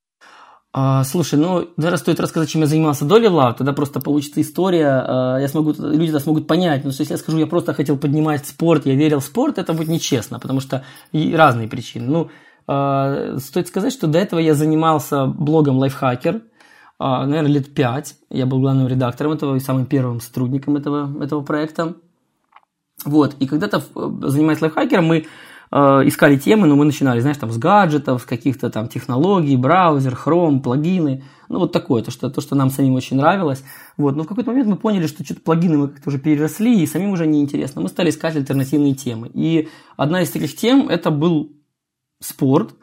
А, слушай, ну, наверное, стоит рассказать, чем я занимался до LiveLove, тогда просто получится история, я смогу, люди это смогут понять, но если я скажу, я просто хотел поднимать спорт, я верил в спорт, это будет нечестно, потому что и разные причины. Ну, а, стоит сказать, что до этого я занимался блогом Lifehacker, а, наверное, лет пять, я был главным редактором этого и самым первым сотрудником этого, этого проекта. Вот, и когда-то, занимаясь Lifehacker'ом, мы искали темы, но мы начинали, знаешь, там с гаджетов, с каких-то там технологий, браузер, Chrome, плагины, ну вот такое, то что, то, что нам самим очень нравилось. Вот. Но в какой-то момент мы поняли, что что-то плагины мы как-то уже переросли, и самим уже неинтересно. Мы стали искать альтернативные темы. И одна из таких тем – это был спорт.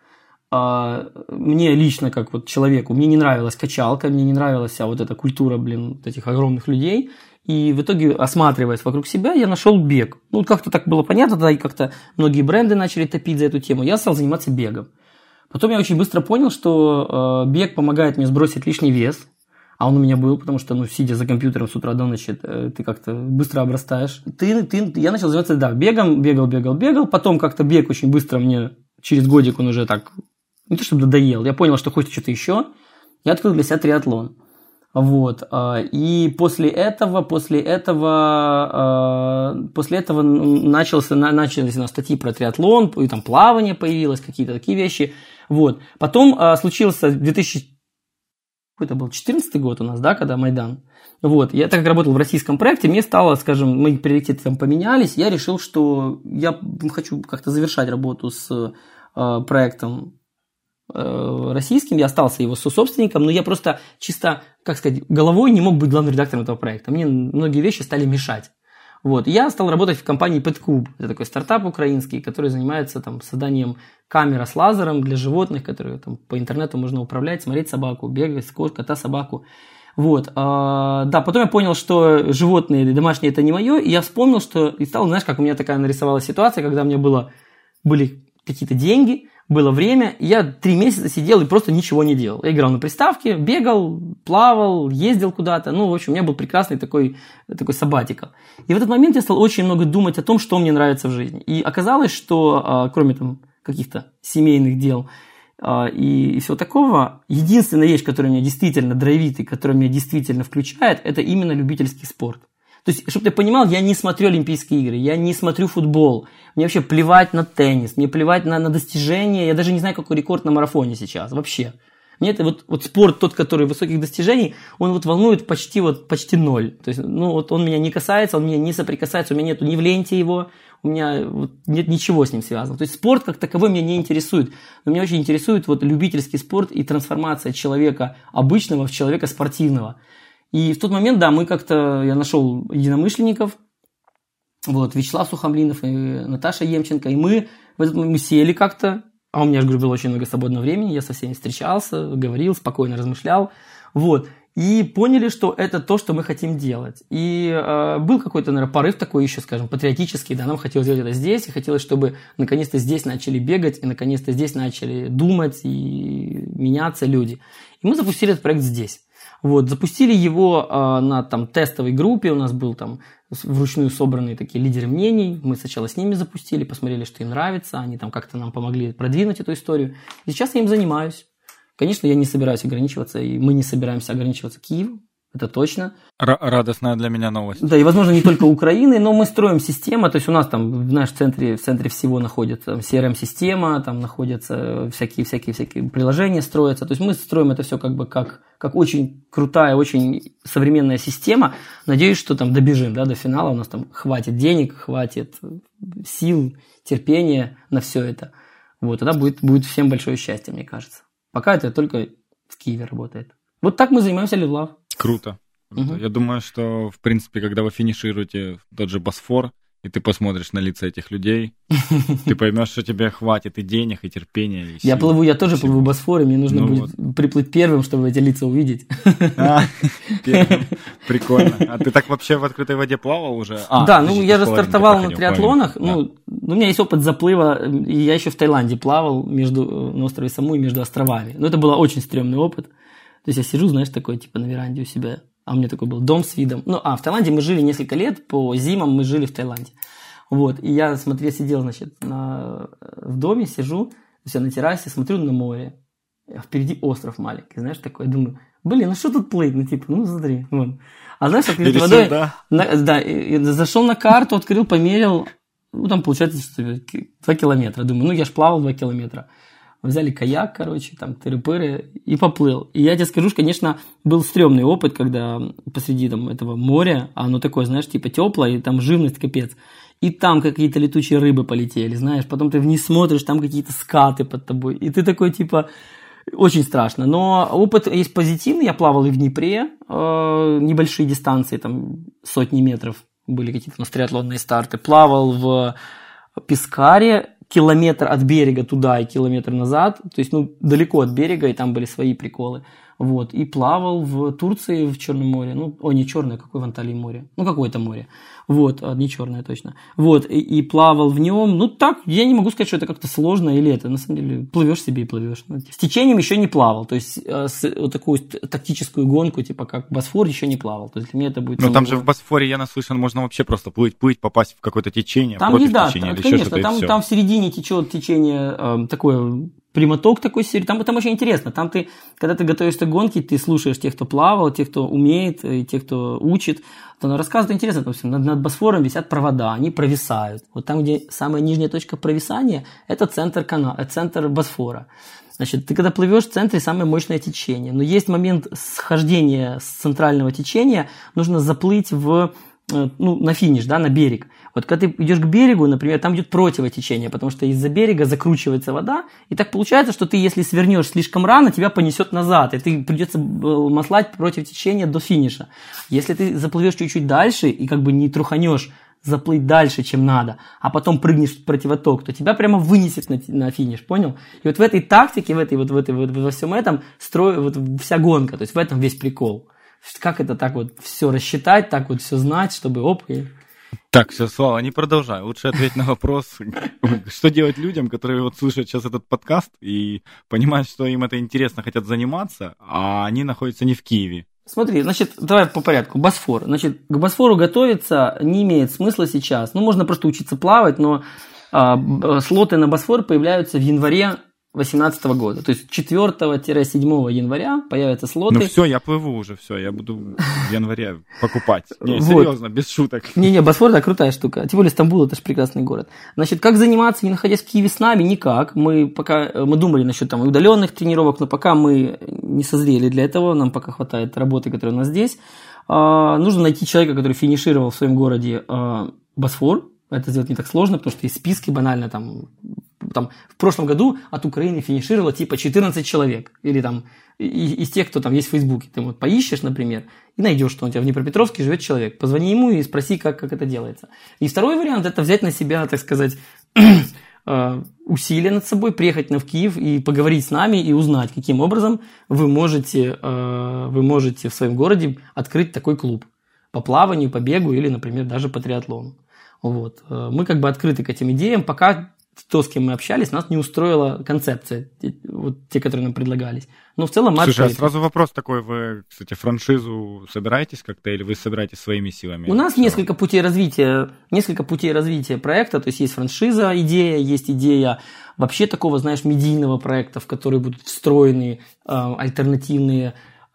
Мне лично, как вот человеку, мне не нравилась качалка, мне не нравилась вся вот эта культура, блин, вот этих огромных людей. И в итоге, осматриваясь вокруг себя, я нашел бег. Ну, как-то так было понятно, да, и как-то многие бренды начали топить за эту тему. Я стал заниматься бегом. Потом я очень быстро понял, что э, бег помогает мне сбросить лишний вес. А он у меня был, потому что, ну, сидя за компьютером с утра до ночи, ты как-то быстро обрастаешь. Ты, ты, я начал заниматься, да, бегом, бегал, бегал, бегал. Потом как-то бег очень быстро мне, через годик он уже так, не то чтобы надоел, я понял, что хочется что-то еще. Я открыл для себя триатлон. Вот, и после этого, после этого, после этого начался, начались у нас статьи про триатлон, и там плавание появилось, какие-то такие вещи. Вот. Потом случился две тысячи четырнадцатый год у нас, да, когда Майдан. Вот, я так как работал в российском проекте, мне стало, скажем, мои приоритеты там поменялись, я решил, что я хочу как-то завершать работу с проектом российским, я остался его сособственником, но я просто чисто, как сказать, головой не мог быть главным редактором этого проекта. Мне многие вещи стали мешать. Вот. Я стал работать в компании PetCube. Это такой стартап украинский, который занимается там, созданием камеры с лазером для животных, которые там, по интернету можно управлять, смотреть собаку, бегать, кота, собаку. Вот. А, да, потом я понял, что животные домашние это не мое, и я вспомнил, что и стал, знаешь, как у меня такая нарисовалась ситуация, когда у меня было, были какие-то деньги, было время, и я три месяца сидел и просто ничего не делал. Я играл на приставке, бегал, плавал, ездил куда-то. Ну, в общем, у меня был прекрасный такой, такой сабатикл. И в этот момент я стал очень много думать о том, что мне нравится в жизни. И оказалось, что кроме там каких-то семейных дел и, и всего такого, единственная вещь, которая меня действительно драйвит и которая меня действительно включает, это именно любительский спорт. То есть, чтобы ты понимал, я не смотрю Олимпийские игры, я не смотрю футбол, мне вообще плевать на теннис, мне плевать на, на достижения, я даже не знаю, какой рекорд на марафоне сейчас, вообще. Мне это вот, вот спорт, тот, который высоких достижений, он вот волнует почти, вот, почти ноль. То есть, ну, вот он меня не касается, он меня не соприкасается, у меня нету ни в ленте его, у меня вот нет ничего с ним связанного. То есть, спорт как таковой меня не интересует, но меня очень интересует вот любительский спорт и трансформация человека обычного в человека спортивного. И в тот момент, да, мы как-то, я нашел единомышленников, вот, Вячеслав Сухомлинов и Наташа Емченко, и мы, в этот момент мы сели как-то, а у меня, же говорю, было очень много свободного времени, я со всеми встречался, говорил, спокойно размышлял, вот, и поняли, что это то, что мы хотим делать. И э, был какой-то, наверное, порыв такой еще, скажем, патриотический, да, нам хотелось сделать это здесь, и хотелось, чтобы наконец-то здесь начали бегать, и наконец-то здесь начали думать и меняться люди. И мы запустили этот проект здесь. Вот, запустили его э, на там, тестовой группе, у нас был там вручную собранные такие лидеры мнений, мы сначала с ними запустили, посмотрели, что им нравится, они там как-то нам помогли продвинуть эту историю. И сейчас я им занимаюсь. Конечно, я не собираюсь ограничиваться, и мы не собираемся ограничиваться Киевом, это точно. Р- радостная для меня новость. Да, и, возможно, не только Украины, но мы строим систему, то есть у нас там в нашем центре, в центре всего находится си ар эм-система, там находятся всякие-всякие-всякие приложения строятся, то есть мы строим это все как бы как, как очень крутая, очень современная система. Надеюсь, что там добежим, да, до финала, у нас там хватит денег, хватит сил, терпения на все это. Вот, тогда будет, будет всем большое счастье, мне кажется. Пока это только в Киеве работает. Вот так мы занимаемся LiveLove. Круто. Круто. Угу. Я думаю, что, в принципе, когда вы финишируете тот же Босфор, и ты посмотришь на лица этих людей, ты поймешь, что тебе хватит и денег, и терпения. И я плыву, я тоже плыву Босфор, и мне нужно ну будет вот. приплыть первым, чтобы эти лица увидеть. А, прикольно. А ты так вообще в открытой воде плавал уже? А, да, ну я же стартовал на триатлонах. Да. Ну, у меня есть опыт заплыва, и я еще в Таиланде плавал между, на острове Самуи между островами. Но это был очень стрёмный опыт. То есть я сижу, знаешь, такой, типа, на веранде у себя. А у меня такой был дом с видом. Ну, а в Таиланде мы жили несколько лет, по зимам мы жили в Таиланде. Вот, и я, смотрю, сидел, значит, на, в доме, сижу, все на террасе, смотрю на море. А впереди остров маленький, знаешь, такой. Я думаю, блин, ну что тут плыть? Ну, типа, ну, смотри. Вот. А знаешь, открытой водой... Да, на, да и, и зашел на карту, открыл, померил. Ну, там, получается, два километра. Думаю, ну, я ж плавал два километра. Взяли каяк, короче, там, тыры-пыры, и поплыл. И я тебе скажу, конечно, был стрёмный опыт, когда посреди там, этого моря, а оно такое, знаешь, типа теплое, и там живность капец. И там какие-то летучие рыбы полетели, знаешь, потом ты вниз смотришь, там какие-то скаты под тобой. И ты такой, типа, очень страшно. Но опыт есть позитивный. Я плавал и в Днепре, э, небольшие дистанции, там, сотни метров были какие-то у нас триатлонные старты. Плавал в Пискаре, километр от берега туда и километр назад, то есть, ну, далеко от берега, и там были свои приколы. Вот, и плавал в Турции, в Черном море, ну, о, не Черное, какое в Анталии море, ну, какое-то море, вот, не Черное точно, вот, и, и плавал в нем, ну, так, я не могу сказать, что это как-то сложно или это, на самом деле, плывешь себе и плывешь. С течением еще не плавал, то есть, с, вот такую тактическую гонку, типа, как Босфор, еще не плавал, то есть, для меня это будет... Ну, там же в Босфоре, я наслышан, можно вообще просто плыть, плыть, попасть в какое-то течение, там против есть, да, течения, или конечно, еще что-то, там, и все. Там в середине течет течение э, такое... Прямоток такой серии. Там, там очень интересно. Там ты, когда ты готовишься к гонке, ты слушаешь тех, кто плавал, тех, кто умеет, и тех, кто учит. То рассказывают интересно. Допустим, над, над Босфором висят провода, они провисают. Вот там, где самая нижняя точка провисания, это центр, канала, центр Босфора. Значит, ты когда плывешь в центре, самое мощное течение. Но есть момент схождения с центрального течения, нужно заплыть в, ну, на финиш, да, на берег. Вот когда ты идешь к берегу, например, там идет противотечение, потому что из-за берега закручивается вода, и так получается, что ты, если свернешь слишком рано, тебя понесет назад, и ты придется маслать против течения до финиша. Если ты заплывешь чуть-чуть дальше и как бы не труханешь заплыть дальше, чем надо, а потом прыгнешь в противоток, то тебя прямо вынесет на, на финиш, понял? И вот в этой тактике, в этой, вот, в этой, вот, во всем этом строит вот вся гонка, то есть в этом весь прикол. Как это так вот все рассчитать, так вот все знать, чтобы оп, и... Так, все, Слава, не продолжай. Лучше ответь на вопрос, что делать людям, которые вот слушают сейчас этот подкаст и понимают, что им это интересно, хотят заниматься, а они находятся не в Киеве. Смотри, значит, давай по порядку. Босфор. Значит, к Босфору готовиться не имеет смысла сейчас. Ну, можно просто учиться плавать, но а, слоты на Босфор появляются в январе две тысячи восемнадцатого года. То есть четвёртого-седьмого января появятся слоты. Ну все, я плыву уже, все, я буду в январе покупать. Не, серьезно, вот. Без шуток. Не-не, Босфор, да, крутая штука. Тем более Стамбул, это же прекрасный город. Значит, как заниматься, не находясь в Киеве с нами? Никак. Мы пока, мы думали насчет там удаленных тренировок, но пока мы не созрели для этого, нам пока хватает работы, которая у нас здесь. А, нужно найти человека, который финишировал в своем городе а, Босфор. Это сделать не так сложно, потому что есть списки банально там... Там, в прошлом году от Украины финишировало типа четырнадцать человек. Или там из, из тех, кто там есть в Фейсбуке. Ты вот поищешь, например, и найдешь, что у тебя в Днепропетровске живет человек. Позвони ему и спроси, как, как это делается. И второй вариант – это взять на себя, так сказать, э, усилия над собой, приехать в Киев и поговорить с нами и узнать, каким образом вы можете, э, вы можете в своем городе открыть такой клуб по плаванию, по бегу или, например, даже по триатлону. Вот. Мы как бы открыты к этим идеям, пока то, с кем мы общались, нас не устроила концепция, вот те, которые нам предлагались. Но в целом мы Слушай, открыты. а сразу вопрос такой, вы, кстати, франшизу собираетесь как-то или вы собираетесь своими силами? У нас Все. несколько путей развития, несколько путей развития проекта, то есть есть франшиза, идея, есть идея вообще такого, знаешь, медийного проекта, в который будут встроены э, альтернативные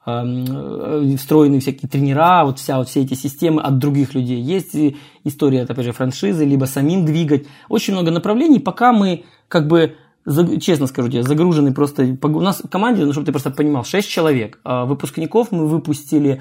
встроены всякие тренера, вот, вся, вот все эти системы от других людей. Есть история, опять же, франшизы, либо самим двигать. Очень много направлений, пока мы, как бы, честно скажу тебе, загружены просто... У нас в команде, ну, чтобы ты просто понимал, шесть человек. Выпускников мы выпустили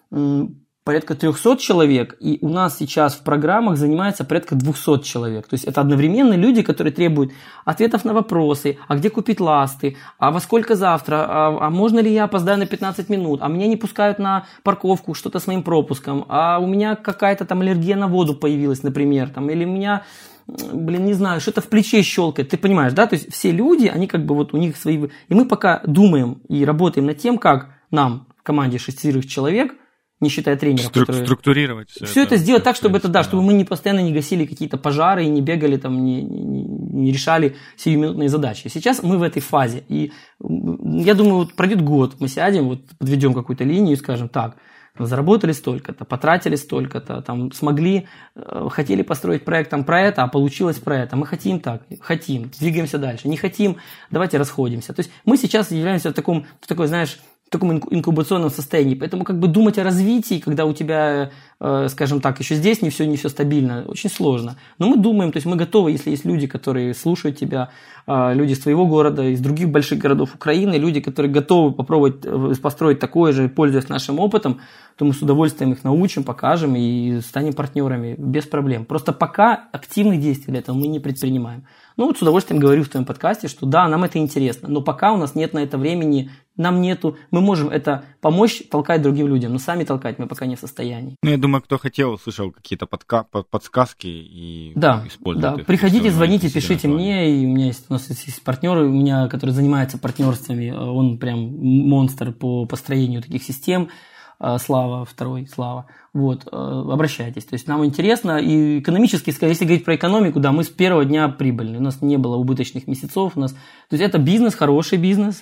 порядка триста человек, и у нас сейчас в программах занимается порядка двести человек. То есть это одновременно люди, которые требуют ответов на вопросы, а где купить ласты, а во сколько завтра, а, а можно ли я опоздаю на пятнадцать минут, а меня не пускают на парковку, что-то с моим пропуском, а у меня какая-то там аллергия на воду появилась, например, там, или у меня, блин, не знаю, что-то в плече щелкает, ты понимаешь, да? То есть все люди, они как бы вот у них свои... И мы пока думаем и работаем над тем, как нам в команде шестерых человек, не считая тренеров, Стру- которые... Структурировать все, все это, это сделать так, чтобы это, да, да. чтобы мы не постоянно не гасили какие-то пожары и не бегали там, не, не, не решали сиюминутные задачи. Сейчас мы в этой фазе. И я думаю, вот пройдет год, мы сядем, вот подведем какую-то линию и скажем, так, заработали столько-то, потратили столько-то, там, смогли, э, хотели построить проект там, про это, а получилось про это. Мы хотим так, хотим, двигаемся дальше. Не хотим, давайте расходимся. То есть мы сейчас являемся в таком, в такой, знаешь, в таком инкубационном состоянии. Поэтому как бы думать о развитии, когда у тебя, э, скажем так, еще здесь не все, не все стабильно, очень сложно. Но мы думаем, то есть мы готовы, если есть люди, которые слушают тебя, э, люди из твоего города, из других больших городов Украины, люди, которые готовы попробовать построить такое же, пользуясь нашим опытом, то мы с удовольствием их научим, покажем и станем партнерами без проблем. Просто пока активных действий для этого мы не предпринимаем. Ну вот с удовольствием говорю в твоем подкасте, что да, нам это интересно, но пока у нас нет на это времени, нам нету, мы можем это помочь толкать другим людям, но сами толкать мы пока не в состоянии. Ну, я думаю, кто хотел, услышал какие-то подка- подсказки и да, использует да. их. Приходите, звоните, пишите мне, и у меня есть, у нас есть партнеры, у меня, который занимается партнерствами, он прям монстр по построению таких систем. Слава, второй, Слава. Вот, обращайтесь. То есть нам интересно, и экономически, если говорить про экономику, да, мы с первого дня прибыльны. У нас не было убыточных месяцев. У нас... То есть это бизнес, хороший бизнес,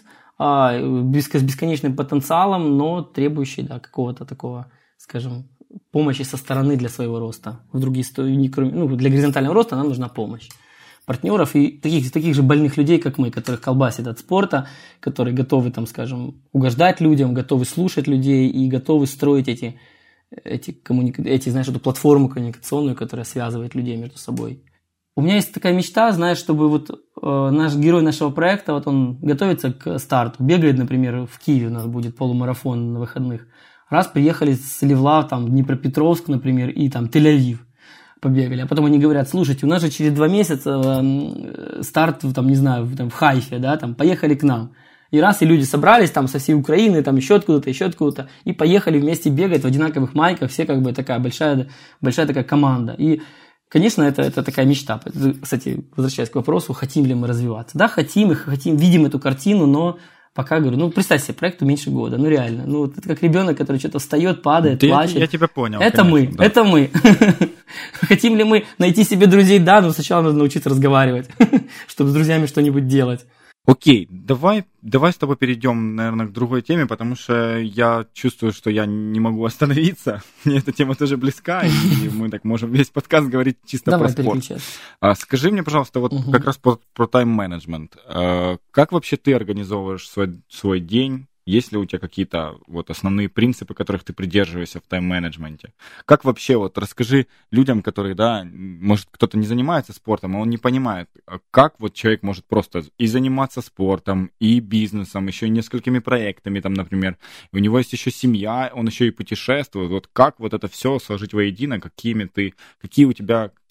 с бесконечным потенциалом, но требующий, да, какого-то такого, скажем, помощи со стороны для своего роста. В другие стороны, ну, для горизонтального роста нам нужна помощь партнеров и таких, таких же больных людей, как мы, которых колбасит от спорта, которые готовы, там, скажем, угождать людям, готовы слушать людей и готовы строить эти, эти, коммуника... эти, знаешь, эту платформу коммуникационную, которая связывает людей между собой. У меня есть такая мечта, знаешь, чтобы вот э, наш герой нашего проекта, вот он готовится к старту, бегает, например, в Киеве у нас будет полумарафон на выходных. Раз приехали с Ливлав, там, Днепропетровск, например, и там Тель-Авив. Побегали, а потом они говорят, слушайте, у нас же через два месяца старт, там, не знаю, там, в Хайфе, да, там, поехали к нам. И раз, и люди собрались там со всей Украины, там, еще откуда-то, еще откуда-то, и поехали вместе бегать в одинаковых майках, все как бы такая большая, большая такая команда. И, конечно, это, это такая мечта. Кстати, возвращаясь к вопросу, хотим ли мы развиваться. Да, хотим, и хотим, видим эту картину, но пока, говорю, ну, представь себе, проекту меньше года, ну, реально. Ну, это как ребенок, который что-то встает, падает, Ты, плачет. Я, я тебя понял. Это конечно, мы, да. это мы. Хотим ли мы найти себе друзей? Да, но сначала надо научиться разговаривать, чтобы с друзьями что-нибудь делать. Окей, давай, давай с тобой перейдем, наверное, к другой теме, потому что я чувствую, что я не могу остановиться. Мне эта тема тоже близка, и мы так можем весь подкаст говорить чисто давай, про спорт. Переключайся. А, скажи мне, пожалуйста, вот угу. как раз про, про тайм-менеджмент. А, как вообще ты организовываешь свой, свой день? Есть ли у тебя какие-то вот основные принципы, которых ты придерживаешься в тайм-менеджменте? Как вообще, вот расскажи людям, которые, да, может, кто-то не занимается спортом, а он не понимает, как вот человек может просто и заниматься спортом, и бизнесом, еще и несколькими проектами, там, например, у него есть еще семья, он еще и путешествует, вот как вот это все сложить воедино, какими ты, какие у тебя,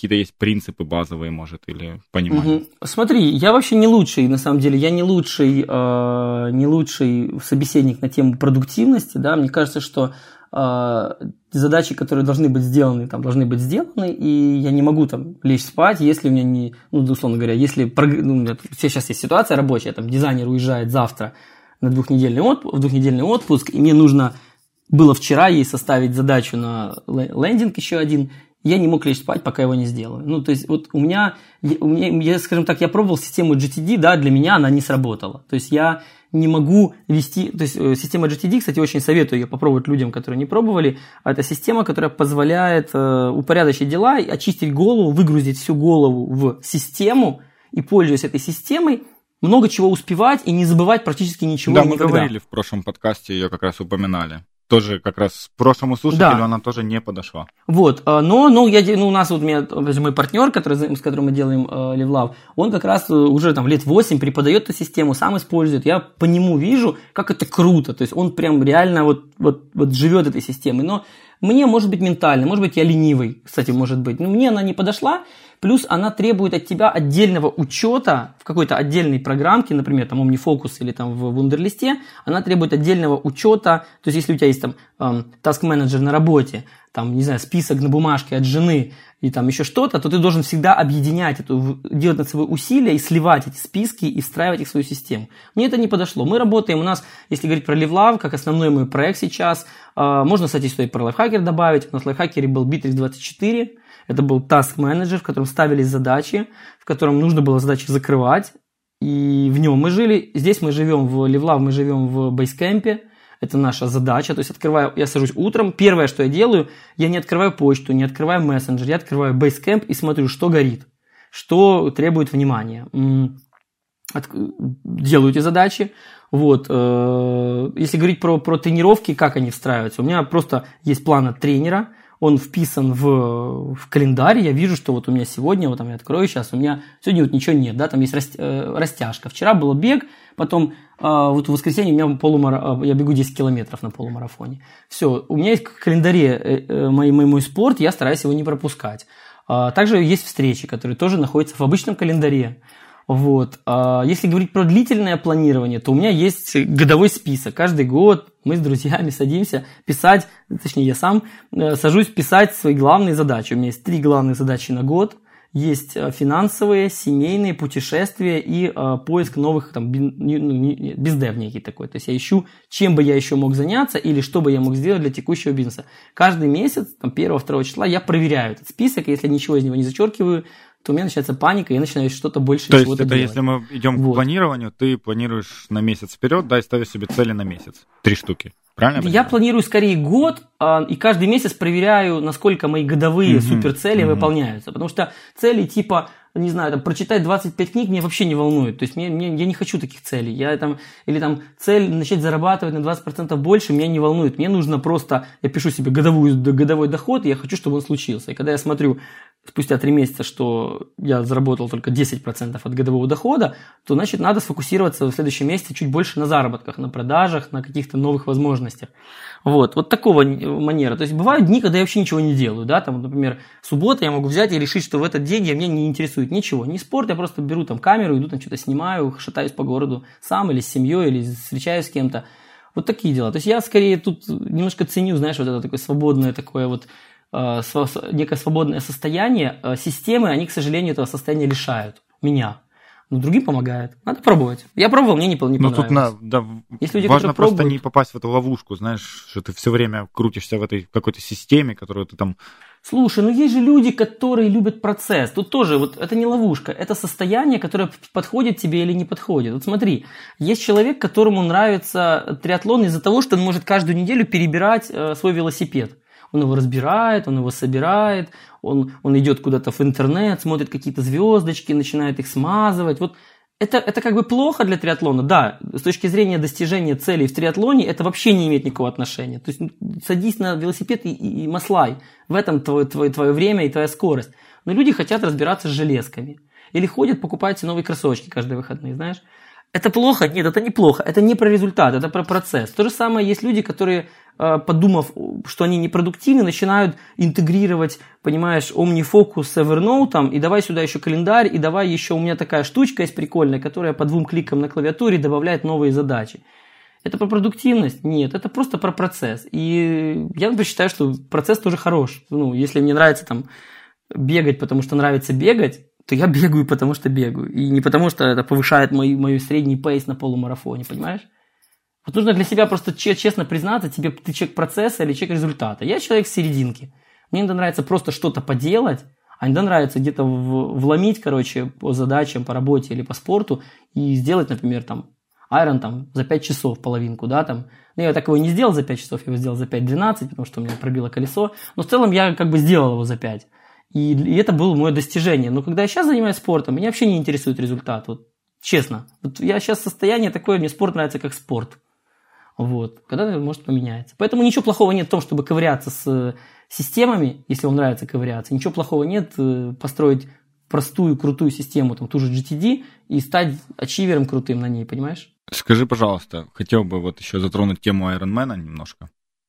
какие-то есть принципы базовые, может, или понимание? Угу. Смотри, я вообще не лучший, на самом деле, я не лучший, э, не лучший собеседник на тему продуктивности, да, мне кажется, что э, задачи, которые должны быть сделаны, там, должны быть сделаны, и я не могу там лечь спать, если у меня не, ну, условно говоря, если, ну, у меня сейчас есть ситуация рабочая, там, дизайнер уезжает завтра на двухнедельный отпуск, в двухнедельный отпуск, и мне нужно было вчера ей составить задачу на лендинг еще один, я не мог лечь спать, пока его не сделаю. Ну, то есть, вот у меня, у меня, я, скажем так, я пробовал систему джи ти ди, да, для меня она не сработала. То есть, я не могу вести... То есть, система джи ти ди, кстати, очень советую ее попробовать людям, которые не пробовали. Это система, которая позволяет э, упорядочить дела, очистить голову, выгрузить всю голову в систему и, пользуясь этой системой, много чего успевать и не забывать практически ничего да, никогда. Мы говорили в прошлом подкасте, ее как раз упоминали. Тоже как раз прошлому слушателю да. Она тоже не подошла. Вот, но, но я, ну, у нас вот у меня, мой партнер, который, с которым мы делаем uh, LiveLove, он как раз уже там лет восемь преподает эту систему, сам использует. Я по нему вижу, как это круто. То есть он прям реально вот, вот, вот живет этой системой. Но мне, может быть, ментально, может быть, я ленивый, кстати, может быть. Но мне она не подошла. Плюс она требует от тебя отдельного учета в какой-то отдельной программке, например, там OmniFocus или там в Wunderlist, она требует отдельного учета. То есть, если у тебя есть там эм, task manager на работе, там, не знаю, список на бумажке от жены и там еще что-то, то ты должен всегда объединять эту, делать над собой усилия и сливать эти списки и встраивать их в свою систему. Мне это не подошло. Мы работаем, у нас, если говорить про LiveLove, как основной мой проект сейчас, э, можно, кстати, сюда и про Lifehacker добавить. У нас в Lifehacker был Bittrex двадцать четыре. Это был task manager, в котором ставились задачи, в котором нужно было задачи закрывать, и в нем мы жили. Здесь мы живем в LiveLove, мы живем в Basecamp, это наша задача. То есть открываю, я сажусь утром, первое, что я делаю, я не открываю почту, не открываю мессенджер, я открываю Basecamp и смотрю, что горит, что требует внимания. Делаю эти задачи. Вот. Если говорить про, про тренировки, как они встраиваются, у меня просто есть план от тренера, он вписан в, в календарь, я вижу, что вот у меня сегодня, вот там я открою сейчас, у меня сегодня вот ничего нет, да, там есть растяжка. Вчера был бег, потом вот в воскресенье у меня полумарафон, я бегу десять километров на полумарафоне. Все, у меня есть в календаре мой, мой, мой спорт, я стараюсь его не пропускать. Также есть встречи, которые тоже находятся в обычном календаре. Вот. Если говорить про длительное планирование, то у меня есть годовой список. Каждый год мы с друзьями садимся писать, точнее я сам сажусь писать свои главные задачи. У меня есть три главных задачи на год. Есть финансовые, семейные, путешествия и э, поиск новых, там, бездев некий такой. То есть я ищу, чем бы я еще мог заняться или что бы я мог сделать для текущего бизнеса. Каждый месяц, там, первого-второго числа я проверяю этот список, и если ничего из него не зачеркиваю, то у меня начинается паника, и я начинаю что-то больше то чего-то делать. То есть это делать. если мы идем вот. К планированию, ты планируешь на месяц вперед, да, и ставишь себе цели на месяц. Три штуки. Правильно? Я планирую скорее год, и каждый месяц проверяю, насколько мои годовые mm-hmm. суперцели mm-hmm. выполняются. Потому что цели типа, не знаю, там, прочитать двадцать пять книг меня вообще не волнует. То есть мне, мне, я не хочу таких целей. Я, там, или там цель начать зарабатывать на двадцать процентов больше меня не волнует. Мне нужно просто, я пишу себе годовую, годовой доход, и я хочу, чтобы он случился. И когда я смотрю спустя три месяца, что я заработал только десять процентов от годового дохода, то, значит, надо сфокусироваться в следующем месяце чуть больше на заработках, на продажах, на каких-то новых возможностях. Вот, вот такого манера. То есть бывают дни, когда я вообще ничего не делаю, да, там, например, суббота я могу взять и решить, что в этот день меня не интересует ничего, не спорт, я просто беру там камеру, иду там что-то снимаю, шатаюсь по городу сам или с семьей, или встречаюсь с кем-то. Вот такие дела. То есть я скорее тут немножко ценю, знаешь, вот это такое свободное такое вот некое свободное состояние. Системы, они, к сожалению, этого состояния лишают меня. Но другим помогает. Надо пробовать. Я пробовал, мне не, не понравилось. Ну, тут на, да, Есть люди, важно просто пробуют... не попасть в эту ловушку, знаешь, что ты все время крутишься в этой какой-то системе, которую ты там... Слушай, ну есть же люди, которые любят процесс. Тут тоже, вот это не ловушка, это состояние, которое подходит тебе или не подходит. Вот смотри, есть человек, которому нравится триатлон из-за того, что он может каждую неделю перебирать э, свой велосипед. Он его разбирает, он его собирает, он, он идет куда-то в интернет, смотрит какие-то звездочки, начинает их смазывать. Вот это, это как бы плохо для триатлона. Да, с точки зрения достижения целей в триатлоне это вообще не имеет никакого отношения. То есть садись на велосипед и, и, и маслай. В этом твое, твое, твое время и твоя скорость. Но люди хотят разбираться с железками. Или ходят, покупают себе новые кроссовочки каждые выходные, знаешь. Это плохо? Нет, это неплохо. Это не про результат, это про процесс. То же самое есть люди, которые, подумав, что они непродуктивны, начинают интегрировать, понимаешь, OmniFocus с Evernote, и давай сюда еще календарь, и давай еще у меня такая штучка есть прикольная, которая по двум кликам на клавиатуре добавляет новые задачи. Это про продуктивность? Нет, это просто про процесс. И я, например, считаю, что процесс тоже хорош. Ну, если мне нравится там бегать, потому что нравится бегать, то я бегаю, потому что бегаю. И не потому, что это повышает мой, мой средний пейс на полумарафоне, понимаешь? Вот нужно для себя просто честно признаться, тебе ты человек процесса или человек результата. Я человек с серединки. Мне иногда нравится просто что-то поделать, а иногда нравится где-то в, вломить, короче, по задачам, по работе или по спорту и сделать, например, там, Iron там, за пять часов половинку, да, там. Но я так его не сделал за пять часов, я его сделал за пять двенадцать, потому что у меня пробило колесо. Но в целом я как бы сделал его за пять. И, и это было мое достижение. Но когда я сейчас занимаюсь спортом, меня вообще не интересует результат. Вот, честно. Вот я сейчас в состоянии такое, мне спорт нравится как спорт. Вот. Когда-то может поменяется. Поэтому ничего плохого нет в том, чтобы ковыряться с системами, если вам нравится ковыряться. Ничего плохого нет построить простую, крутую систему, там, ту же джи ти ди, и стать ачивером крутым на ней, понимаешь? Скажи, пожалуйста, хотел бы вот еще затронуть тему Ironman немножко.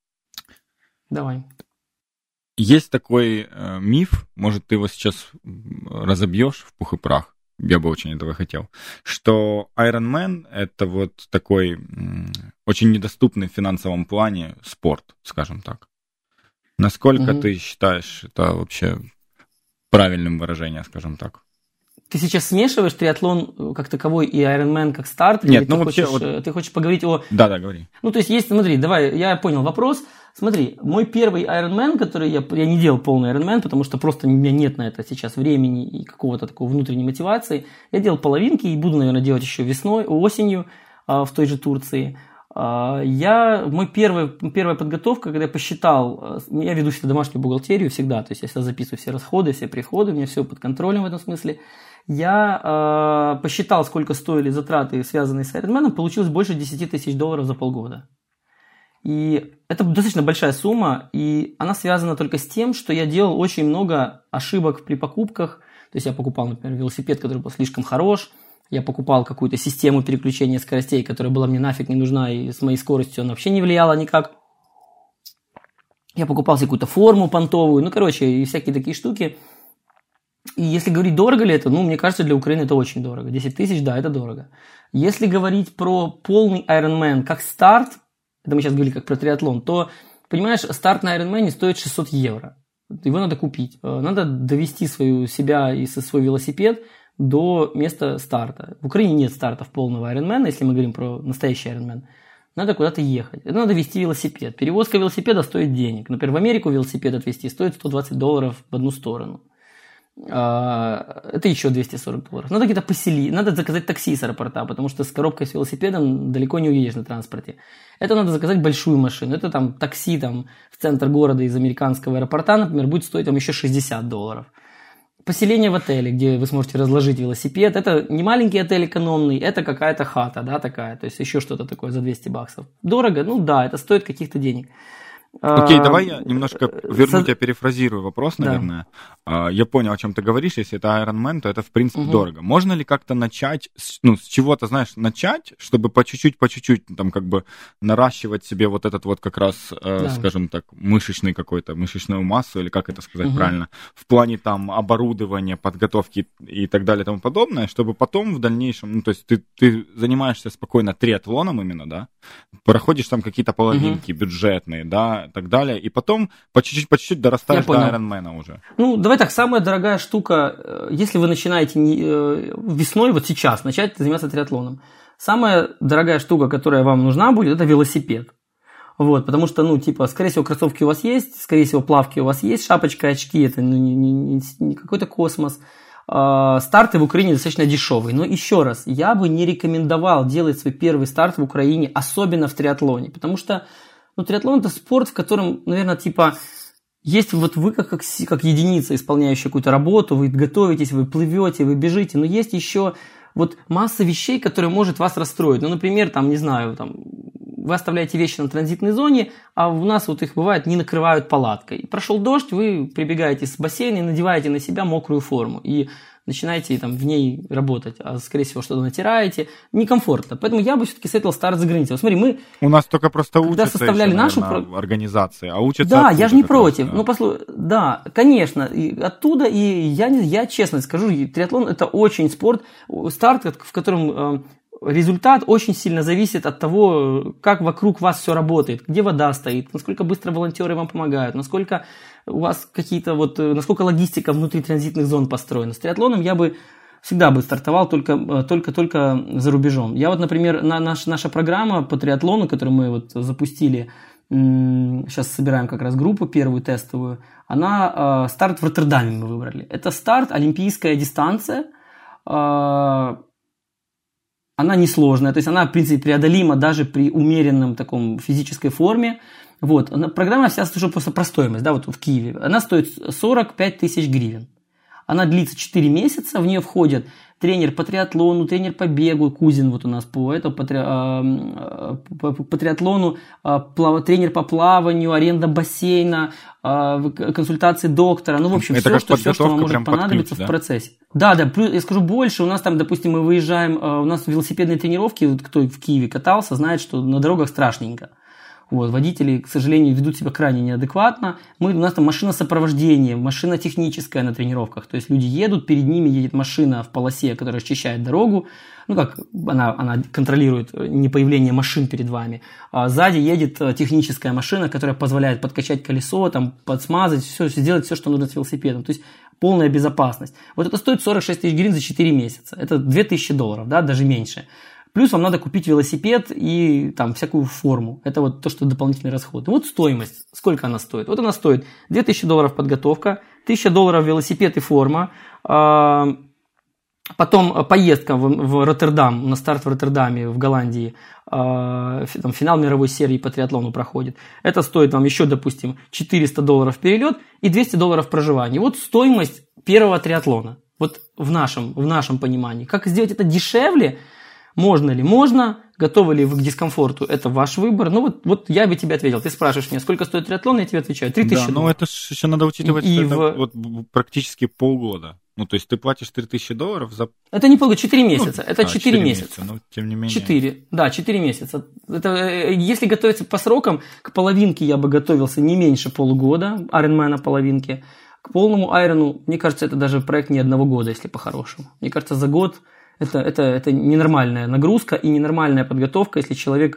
Давай. Есть такой э, миф, может, ты его сейчас разобьешь в пух и прах, я бы очень этого хотел, что Ironman — это вот такой м, очень недоступный в финансовом плане спорт, скажем так. Насколько mm-hmm. ты считаешь это вообще правильным выражением, скажем так? Ты сейчас смешиваешь триатлон как таковой и Ironman как старт? Нет, или ну ты вообще... Хочешь, Вот... Ты хочешь поговорить о... Да-да, говори. Ну, то есть, есть, смотри, давай, я понял вопрос. Смотри, мой первый Ironman, который я... Я не делал полный Ironman, потому что просто у меня нет на это сейчас времени и какого-то такого внутренней мотивации. Я делал половинки и буду, наверное, делать еще весной, осенью в той же Турции. Я, мой первый, первая подготовка, когда я посчитал, я веду всегда домашнюю бухгалтерию всегда, то есть я всегда записываю все расходы, все приходы, у меня все под контролем в этом смысле. Я э, посчитал, сколько стоили затраты, связанные с Ironman, получилось больше десять тысяч долларов за полгода. И это достаточно большая сумма, и она связана только с тем, что я делал очень много ошибок при покупках. То есть я покупал, например, велосипед, который был слишком хорош, я покупал какую-то систему переключения скоростей, которая была мне нафиг не нужна, и с моей скоростью она вообще не влияла никак. Я покупал себе какую-то форму понтовую, ну, короче, и всякие такие штуки. И если говорить, дорого ли это, ну, мне кажется, для Украины это очень дорого. десять тысяч, да, это дорого. Если говорить про полный Ironman как старт, это мы сейчас говорили как про триатлон, то, понимаешь, старт на Ironman стоит шестьсот евро. Его надо купить. Надо довести свою, себя и свой велосипед до места старта. В Украине нет стартов полного Ironman, если мы говорим про настоящий Ironman. Надо куда-то ехать. Это надо везти велосипед. Перевозка велосипеда стоит денег. Например, в Америку велосипед отвезти стоит сто двадцать долларов в одну сторону. Это еще двести сорок долларов. Надо где-то поселить, надо заказать такси с аэропорта, потому что с коробкой с велосипедом далеко не уедешь на транспорте. Это надо заказать большую машину. Это там такси там, в центр города из американского аэропорта, например, будет стоить там еще шестьдесят долларов. Поселение в отеле, где вы сможете разложить велосипед. Это не маленький отель экономный, это какая-то хата, да, такая. То есть еще что-то такое за двести баксов. Дорого? Ну да, это стоит каких-то денег. Окей, okay, давай я немножко верну тебя, перефразирую вопрос, наверное. Да. Я понял, о чем ты говоришь. Если это Ironman, то это, в принципе, угу. дорого. Можно ли как-то начать, ну, с чего-то, знаешь, начать, чтобы по чуть-чуть, по чуть-чуть, там, как бы наращивать себе вот этот вот как раз, да. скажем так, мышечный какой-то, мышечную массу, или как это сказать угу. правильно, в плане, там, оборудования, подготовки и так далее и тому подобное, чтобы потом в дальнейшем, ну, то есть ты, ты занимаешься спокойно триатлоном именно, да, проходишь там какие-то половинки угу. бюджетные, да, и так далее, и потом по чуть-чуть, по чуть-чуть дорастаешь до Ironman уже. Ну, давай так, самая дорогая штука, если вы начинаете весной, вот сейчас, начать заниматься триатлоном, самая дорогая штука, которая вам нужна будет, это велосипед. Вот, потому что, ну, типа, скорее всего, кроссовки у вас есть, скорее всего, плавки у вас есть, шапочка, очки, это ну, не, не, не какой-то космос. Старты в Украине достаточно дешевые. Но еще раз, я бы не рекомендовал делать свой первый старт в Украине, особенно в триатлоне, потому что ну, триатлон – это спорт, в котором, наверное, типа, есть вот вы как, как, как единица, исполняющая какую-то работу, вы готовитесь, вы плывете, вы бежите, но есть еще вот масса вещей, которые может вас расстроить. Ну, например, там, не знаю, там, вы оставляете вещи на транзитной зоне, а у нас вот их бывает не накрывают палаткой. Прошел дождь, вы прибегаете с бассейна и надеваете на себя мокрую форму. И начинаете там в ней работать, а скорее всего что-то натираете, некомфортно. Поэтому я бы все-таки советовал старт за границей. Вот смотри, мы у нас только просто когда учатся составляли еще, нашу наверное, организации, а учатся да, оттуда, я же не как против. раз, да. Ну, послу... да, конечно, и оттуда, и я, не... я честно скажу, триатлон – это очень спорт, старт, в котором результат очень сильно зависит от того, как вокруг вас все работает, где вода стоит, насколько быстро волонтеры вам помогают, насколько у вас какие-то вот, насколько логистика внутри транзитных зон построена. С триатлоном я бы всегда бы стартовал только, только, только за рубежом. Я вот, например, на наш, наша программа по триатлону, которую мы вот запустили, сейчас собираем как раз группу первую тестовую, она, старт в Роттердаме мы выбрали. Это старт, олимпийская дистанция, она несложная, то есть она, в принципе, преодолима даже при умеренном таком физической форме. Вот. Программа вся уже просто про стоимость, да, вот в Киеве. Она стоит сорок пять тысяч гривен. Она длится четыре месяца, в нее входят тренер по триатлону, тренер по бегу, Кузин вот у нас по, это, по, три, по, по, по триатлону, плав, тренер по плаванию, аренда бассейна, консультации доктора, ну, в общем, это все, что, все, что вам может понадобиться ключ, в процессе. Да, да, плюс, я скажу больше, у нас там, допустим, мы выезжаем, у нас велосипедные тренировки, вот кто в Киеве катался, знает, что на дорогах страшненько. Вот, водители, к сожалению, ведут себя крайне неадекватно. Мы, у нас там машина сопровождения, машина техническая на тренировках. То есть люди едут, перед ними едет машина в полосе, которая расчищает дорогу. Ну как, она, она контролирует не появление машин перед вами. А сзади едет техническая машина, которая позволяет подкачать колесо, там, подсмазать, все, сделать все, что нужно с велосипедом. То есть полная безопасность. Вот это стоит сорок шесть тысяч гривен за четыре месяца. Это две тысячи долларов, да, даже меньше. Плюс вам надо купить велосипед и там всякую форму. Это вот то, что дополнительный расход. Вот стоимость. Сколько она стоит? Вот она стоит две тысячи долларов подготовка, тысяча долларов велосипед и форма. Потом поездка в Роттердам, на старт в Роттердаме в Голландии. Там финал мировой серии по триатлону проходит. Это стоит вам еще, допустим, четыреста долларов перелет и двести долларов проживание. Вот стоимость первого триатлона. Вот в нашем, в нашем понимании. Как сделать это дешевле? Можно ли? Можно. Готовы ли вы к дискомфорту? Это ваш выбор. Ну вот, вот я бы тебе ответил. Ты спрашиваешь меня, сколько стоит триатлон, я тебе отвечаю. три тысячи долларов. Да, но это же еще надо учитывать, и что в... это вот практически полгода. Ну, то есть ты платишь три тысячи долларов за... Это не полгода, четыре месяца. Ну, это четыре месяца. месяца. Но тем не менее... четыре, да, четыре месяца. Это, если готовиться по срокам, к половинке я бы готовился не меньше полугода, Ironman половинки. К полному айрону, мне кажется, это даже проект не одного года, если по-хорошему. Мне кажется, за год... Это, это, это ненормальная нагрузка и ненормальная подготовка, если человек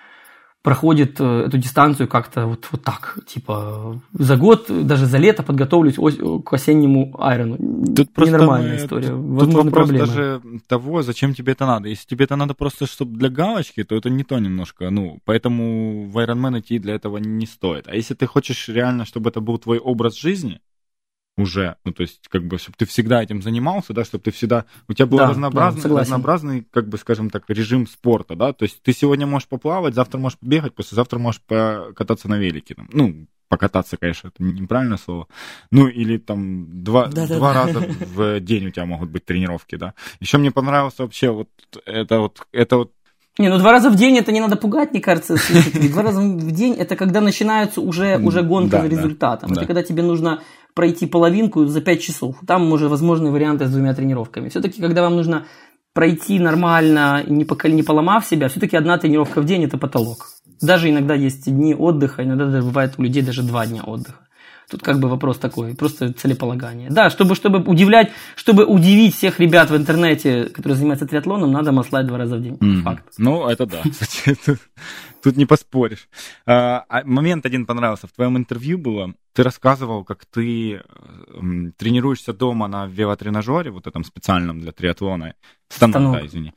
проходит эту дистанцию как-то вот, вот так. Типа за год, даже за лето подготовлюсь к осеннему айрону. Тут ненормальная мы, история. Тут, Возможно, тут вопрос проблемы. Даже того, зачем тебе это надо. Если тебе это надо просто чтобы для галочки, то это не то немножко. Ну, поэтому в Ironman идти для этого не стоит. А если ты хочешь реально, чтобы это был твой образ жизни, уже, ну, то есть, как бы, чтобы ты всегда этим занимался, да, чтобы ты всегда, у тебя был да, разнообразный, да, разнообразный, как бы, скажем так, режим спорта, да, то есть ты сегодня можешь поплавать, завтра можешь побегать, послезавтра можешь покататься на велике, там, ну, покататься, конечно, это неправильное слово, ну, или там два, да, два да, раза да. в день у тебя могут быть тренировки, да. Еще мне понравилось вообще вот это вот, это вот Не, ну два раза в день это не надо пугать, мне кажется, слушателей. Два раза в день это когда начинается уже, уже гонка да, за результатом. Да, это да. когда тебе нужно пройти половинку за пять часов. Там уже возможны варианты с двумя тренировками. Все-таки, когда вам нужно пройти нормально, не, покол... не поломав себя, все-таки одна тренировка в день это потолок. Даже иногда есть дни отдыха, иногда даже бывает у людей даже два дня отдыха. Тут как бы вопрос такой, просто целеполагание. Да, чтобы, чтобы удивлять, чтобы удивить всех ребят в интернете, которые занимаются триатлоном, надо маслать два раза в день. Mm-hmm. Факт. Ну, это да. Тут, тут не поспоришь. А, момент один понравился. В твоем интервью было, ты рассказывал, как ты м, тренируешься дома на велотренажере, вот этом специальном для триатлона. Станок, Станок. да, извини.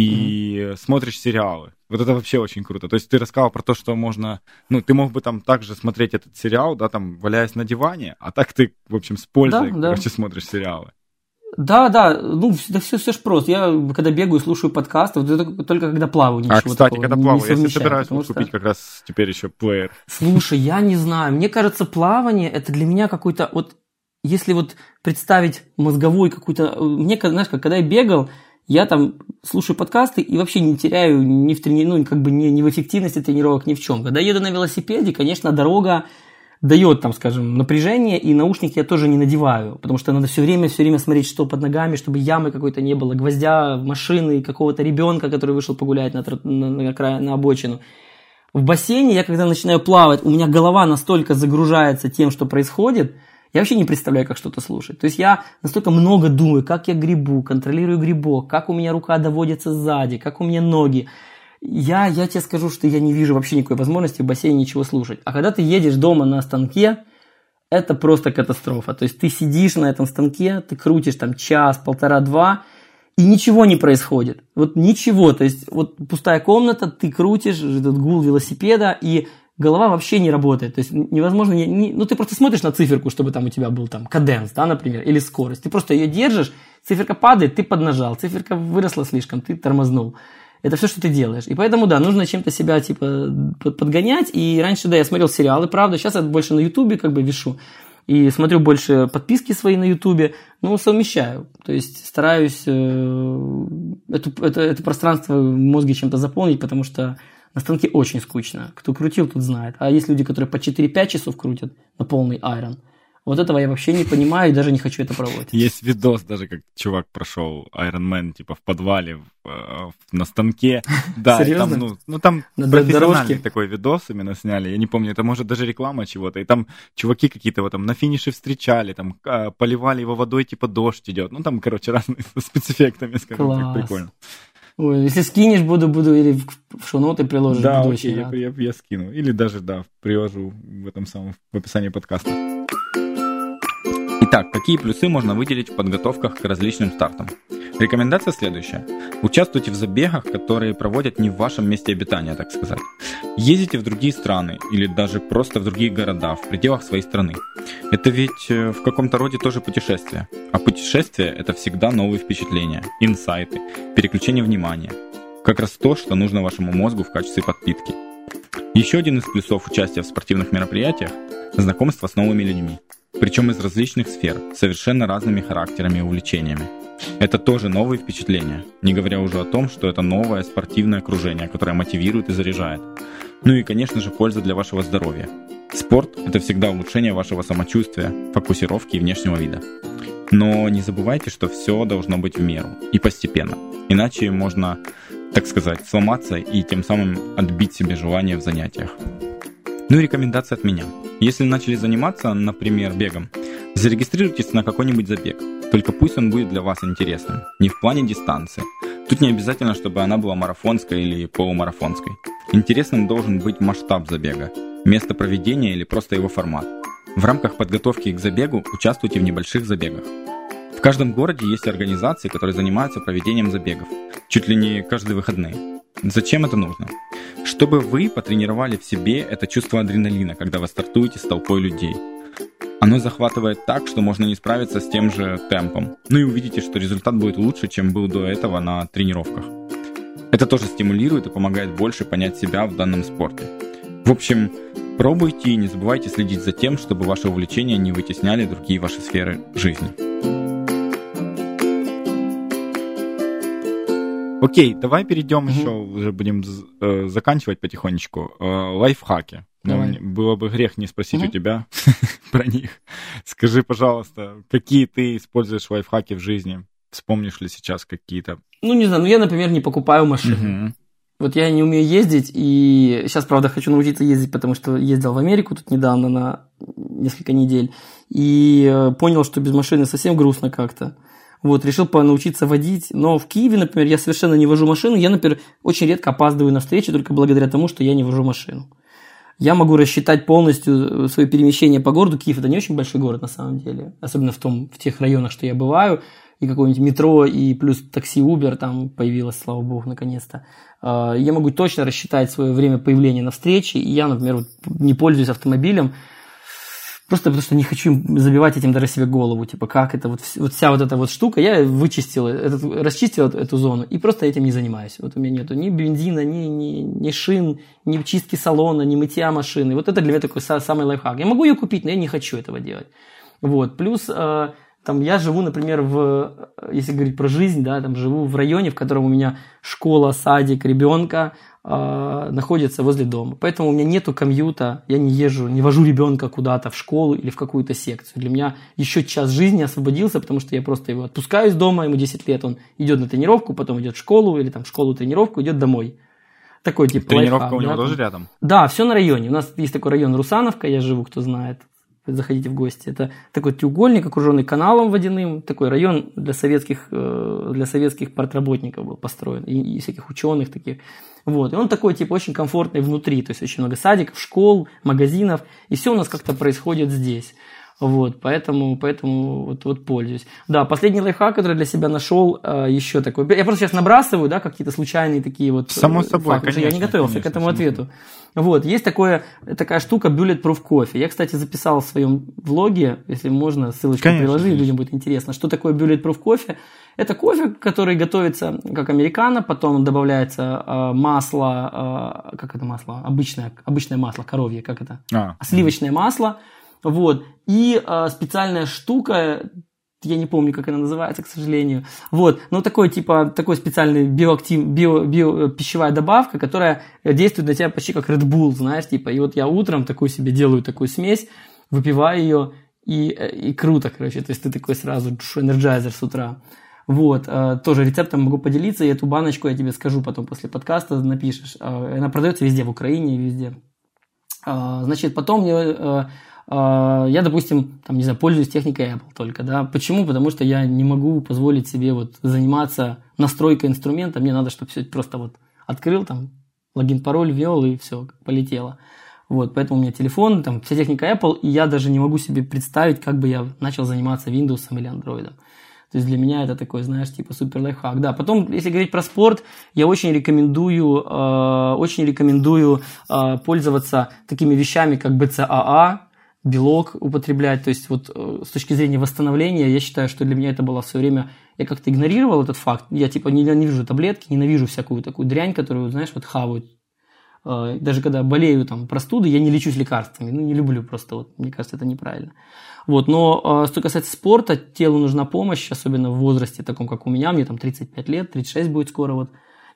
И mm-hmm. смотришь сериалы. Вот это вообще очень круто. То есть ты рассказал про то, что можно... Ну, ты мог бы там также смотреть этот сериал, да, там, валяясь на диване, а так ты, в общем, с пользой, да, короче, да. смотришь сериалы. Да, да, ну, да все, все ж просто. Я, когда бегаю, слушаю подкасты, вот это только когда плаваю, ничего А, кстати, такого когда не плаваю, совмещаю, я собираюсь вот что... купить как раз теперь еще плеер. Слушай, я не знаю, мне кажется, плавание, это для меня какой-то, вот, если вот представить мозговой какой-то, мне, знаешь, как когда я бегал, я там слушаю подкасты и вообще не теряю ни в, трени... ну, как бы ни, ни в эффективности тренировок, ни в чем. Когда еду на велосипеде, конечно, дорога дает, там, скажем, напряжение, и наушники я тоже не надеваю, потому что надо все время, все время смотреть, что под ногами, чтобы ямы какой-то не было, гвоздя, машины, какого-то ребенка, который вышел погулять на, на, на, на обочину. В бассейне я, когда начинаю плавать, у меня голова настолько загружается тем, что происходит, я вообще не представляю, как что-то слушать. То есть я настолько много думаю, как я гребу, контролирую грибок, как у меня рука доводится сзади, как у меня ноги. Я, я тебе скажу, что я не вижу вообще никакой возможности в бассейне ничего слушать. А когда ты едешь дома на станке, это просто катастрофа. То есть ты сидишь на этом станке, ты крутишь там час, полтора, два, и ничего не происходит. Вот ничего. То есть вот пустая комната, ты крутишь этот гул велосипеда, и голова вообще не работает. То есть невозможно... Не, не, ну, ты просто смотришь на циферку, чтобы там у тебя был там каденс, да, например, или скорость. Ты просто ее держишь, циферка падает, ты поднажал, циферка выросла слишком, ты тормознул. Это все, что ты делаешь. И поэтому, да, нужно чем-то себя, типа, подгонять. И раньше, да, я смотрел сериалы, правда. Сейчас я больше на Ютубе, как бы, вешу. И смотрю больше подписки свои на Ютубе. Ну, совмещаю. То есть, стараюсь э, это, это, это пространство в мозге чем-то заполнить, потому что на станке очень скучно. Кто крутил, тот знает. А есть люди, которые по четыре-пять часов крутят на полный айрон. Вот этого я вообще не понимаю и даже не хочу это пробовать. Есть видос даже, как чувак прошел Iron Man, типа в подвале, в, на станке. Да, серьезно? Там, ну, ну там на профессиональный дорожке? Такой видос именно сняли. Я не помню, это может даже реклама чего-то. И там чуваки какие-то вот там на финише встречали, там поливали его водой, типа дождь идет. Ну там, короче, разные спецэффектами, скажем Класс. так, прикольно. Ой, если скинешь, буду, буду или в шоу-ноты приложишь. Да, буду окей, я, я, я скину. Или даже, да, приложу в этом самом, в описании подкаста. Итак, какие плюсы можно выделить в подготовках к различным стартам? Рекомендация следующая. Участвуйте в забегах, которые проводят не в вашем месте обитания, так сказать. Ездите в другие страны или даже просто в другие города в пределах своей страны. Это ведь в каком-то роде тоже путешествие. А путешествие – это всегда новые впечатления, инсайты, переключение внимания. Как раз то, что нужно вашему мозгу в качестве подпитки. Еще один из плюсов участия в спортивных мероприятиях – знакомство с новыми людьми. Причем из различных сфер, совершенно разными характерами и увлечениями. Это тоже новые впечатления, не говоря уже о том, что это новое спортивное окружение, которое мотивирует и заряжает. Ну и, конечно же, польза для вашего здоровья. Спорт – это всегда улучшение вашего самочувствия, фокусировки и внешнего вида. Но не забывайте, что все должно быть в меру и постепенно. Иначе можно, так сказать, сломаться и тем самым отбить себе желание в занятиях. Ну и рекомендация от меня. Если начали заниматься, например, бегом, зарегистрируйтесь на какой-нибудь забег. Только пусть он будет для вас интересным. Не в плане дистанции. Тут не обязательно, чтобы она была марафонской или полумарафонской. Интересным должен быть масштаб забега, место проведения или просто его формат. В рамках подготовки к забегу участвуйте в небольших забегах. В каждом городе есть организации, которые занимаются проведением забегов. Чуть ли не каждые выходные. Зачем это нужно? Чтобы вы потренировали в себе это чувство адреналина, когда вы стартуете с толпой людей. Оно захватывает так, что можно не справиться с тем же темпом. Ну и увидите, что результат будет лучше, чем был до этого на тренировках. Это тоже стимулирует и помогает больше понять себя в данном спорте. В общем, пробуйте и не забывайте следить за тем, чтобы ваши увлечения не вытесняли другие ваши сферы жизни. Окей, давай перейдем угу. еще, уже будем э, заканчивать потихонечку. Э, лайфхаки. Ну, было бы грех не спросить угу. у тебя про них. Скажи, пожалуйста, какие ты используешь лайфхаки в жизни? Вспомнишь ли сейчас какие-то? Ну, не знаю, ну я, например, не покупаю машину. Угу. Вот я не умею ездить, и сейчас, правда, хочу научиться ездить, потому что ездил в Америку тут недавно на несколько недель, и понял, что без машины совсем грустно как-то. Вот, решил научиться водить, но в Киеве, например, я совершенно не вожу машину, я, например, очень редко опаздываю на встречи только благодаря тому, что я не вожу машину. Я могу рассчитать полностью свое перемещение по городу. Киев – это не очень большой город на самом деле, особенно в, том, в тех районах, что я бываю, и какое-нибудь метро, и плюс такси Uber там появилось, слава богу, наконец-то. Я могу точно рассчитать свое время появления на встрече, и я, например, не пользуюсь автомобилем, просто потому что не хочу забивать этим даже себе голову, типа, как это, вот, вот вся вот эта вот штука, я вычистил, этот, расчистил эту, эту зону, и просто этим не занимаюсь. Вот у меня нету ни бензина, ни, ни, ни шин, ни чистки салона, ни мытья машины. Вот это для меня такой самый лайфхак. Я могу ее купить, но я не хочу этого делать. Вот. Плюс э, Там я живу, например, в, если говорить про жизнь, да, там живу в районе, в котором у меня школа, садик, ребенка э, находятся возле дома. Поэтому у меня нету комьюта, я не езжу, не вожу ребенка куда-то в школу или в какую-то секцию. Для меня еще час жизни освободился, потому что я просто его отпускаю из дома, ему десять лет, он идет на тренировку, потом идет в школу или там в школу тренировку, идет домой. Такой тип Тренировка лайфхак, у него да, тоже там. рядом? Да, все на районе. У нас есть такой район Русановка, я живу, кто знает. Заходите в гости. Это такой треугольник, окруженный каналом водяным. Такой район для советских, для советских партработников был построен. И, и всяких ученых таких. Вот. И он такой, типа, очень комфортный внутри. То есть очень много садиков, школ, магазинов. И все у нас как-то происходит здесь. Вот, поэтому, поэтому вот, вот пользуюсь. Да, последний лайфхак, который для себя нашел, э, еще такой. Я просто сейчас набрасываю, да, какие-то случайные такие вот. Само собой, факты, конечно. Я не готовился конечно, к этому конечно. ответу. Вот, есть такое, такая штука Bulletproof кофе. Я, кстати, записал в своем влоге, если можно, ссылочку Конечно, приложи, конечно. людям будет интересно, что такое Bulletproof кофе. Это кофе, который готовится как американо, потом добавляется э, масло, э, как это масло? Обычное, обычное масло, коровье, как это? А, Сливочное масло. Вот. И э, специальная штука, я не помню, как она называется, к сожалению. Вот. Но такой, типа, такой специальный биоактив, био, био, пищевая добавка, которая действует на тебя почти как Red Bull, знаешь, типа. И вот я утром такую себе делаю такую смесь, выпиваю ее, и, и круто, короче. То есть ты такой сразу энерджайзер с утра. Вот, тоже рецептом могу поделиться, и эту баночку я тебе скажу потом после подкаста, напишешь. Она продается везде, в Украине, везде. Значит, потом мне... Я, допустим, там, не знаю, пользуюсь техникой Apple только, да. Почему? Потому что я не могу позволить себе вот заниматься настройкой инструмента. Мне надо, чтобы все просто вот открыл, там, логин, пароль ввел, и все, полетело. Вот, поэтому у меня телефон, там, вся техника Apple, и я даже не могу себе представить, как бы я начал заниматься Windows или Android. То есть для меня это такой, знаешь, типа супер лайфхак. Да, потом, если говорить про спорт, я очень рекомендую, э, очень рекомендую э, пользоваться такими вещами, как би си эй эй, белок употреблять, то есть вот э, с точки зрения восстановления, я считаю, что для меня это было в свое время, я как-то игнорировал этот факт, я типа ненавижу таблетки, ненавижу всякую такую дрянь, которую, знаешь, вот хавают, э, даже когда болею там простудой, я не лечусь лекарствами, ну не люблю просто, вот, мне кажется, это неправильно. Вот, но э, что касается спорта, телу нужна помощь, особенно в возрасте таком, как у меня, мне там тридцать пять лет, тридцать шесть будет скоро, вот.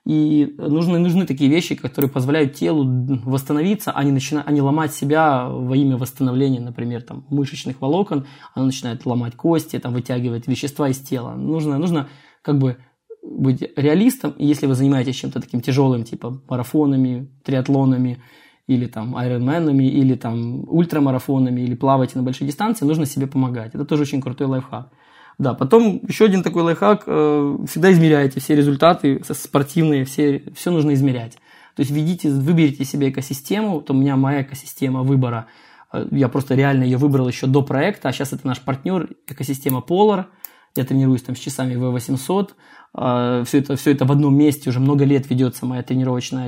И нужны, нужны такие вещи, которые позволяют телу восстановиться, а не, начина, а не ломать себя во имя восстановления, например, там, мышечных волокон. Оно начинает ломать кости, там, вытягивать вещества из тела. Нужно, нужно как бы быть реалистом. И если вы занимаетесь чем-то таким тяжелым, типа марафонами, триатлонами, или там айронменами, или там ультрамарафонами, или плаваете на большой дистанции, нужно себе помогать. Это тоже очень крутой лайфхак. Да, потом еще один такой лайфхак, э, всегда измеряйте все результаты спортивные, все, все нужно измерять. То есть введите, выберите себе экосистему, вот у меня моя экосистема выбора, э, я просто реально ее выбрал еще до проекта, а сейчас это наш партнер, экосистема Polar, я тренируюсь там с часами ви восемьсот, э, все, это, все это в одном месте, уже много лет ведется моя тренировочная,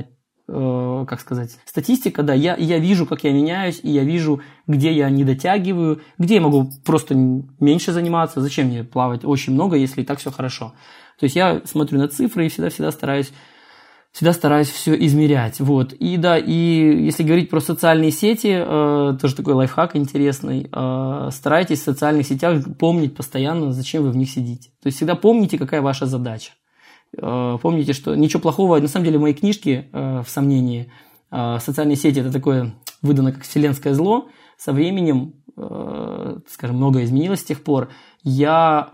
э, как сказать, статистика, да, я, я вижу, как я меняюсь, и я вижу, где я не дотягиваю, где я могу просто меньше заниматься, зачем мне плавать очень много, если и так все хорошо. То есть я смотрю на цифры и всегда-всегда стараюсь, всегда стараюсь все измерять. Вот. И да, и если говорить про социальные сети, э, тоже такой лайфхак интересный, э, старайтесь в социальных сетях помнить постоянно, зачем вы в них сидите. То есть всегда помните, какая ваша задача. Э, помните, что ничего плохого, на самом деле в моей книжке э, в сомнении, э, социальные сети это такое выдано как вселенское зло. Со временем, э, скажем, многое изменилось с тех пор. Я,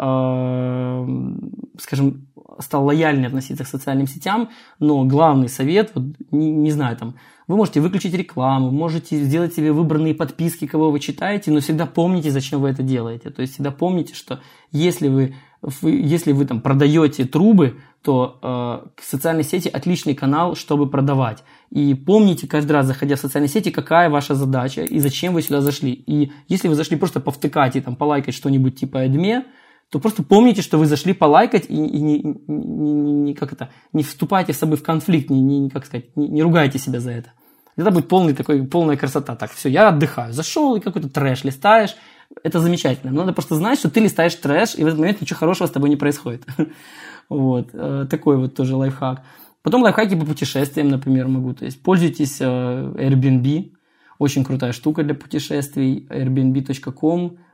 э, скажем, стал лояльнее относиться к социальным сетям, но главный совет, вот, не, не знаю, там, вы можете выключить рекламу, можете сделать себе выбранные подписки, кого вы читаете, но всегда помните, зачем вы это делаете. То есть всегда помните, что если вы, вы, если вы там продаете трубы, то э, социальные сети отличный канал, чтобы продавать. И помните каждый раз, заходя в социальные сети, какая ваша задача и зачем вы сюда зашли. И если вы зашли просто повтыкать и там полайкать что-нибудь типа «Эдме», то просто помните, что вы зашли полайкать и, и не, не, не, как это, не вступайте с собой в конфликт, не, не, как сказать, не, не ругайте себя за это. Это будет полный такой, полная красота. Так, все, я отдыхаю. Зашел и какой-то трэш листаешь. Это замечательно. Надо просто знать, что ты листаешь трэш, и в этот момент ничего хорошего с тобой не происходит. Вот. Такой вот тоже лайфхак. Потом лайфхаки по путешествиям, например, могу. То есть пользуйтесь Airbnb. Очень крутая штука для путешествий. airbnb точка ком.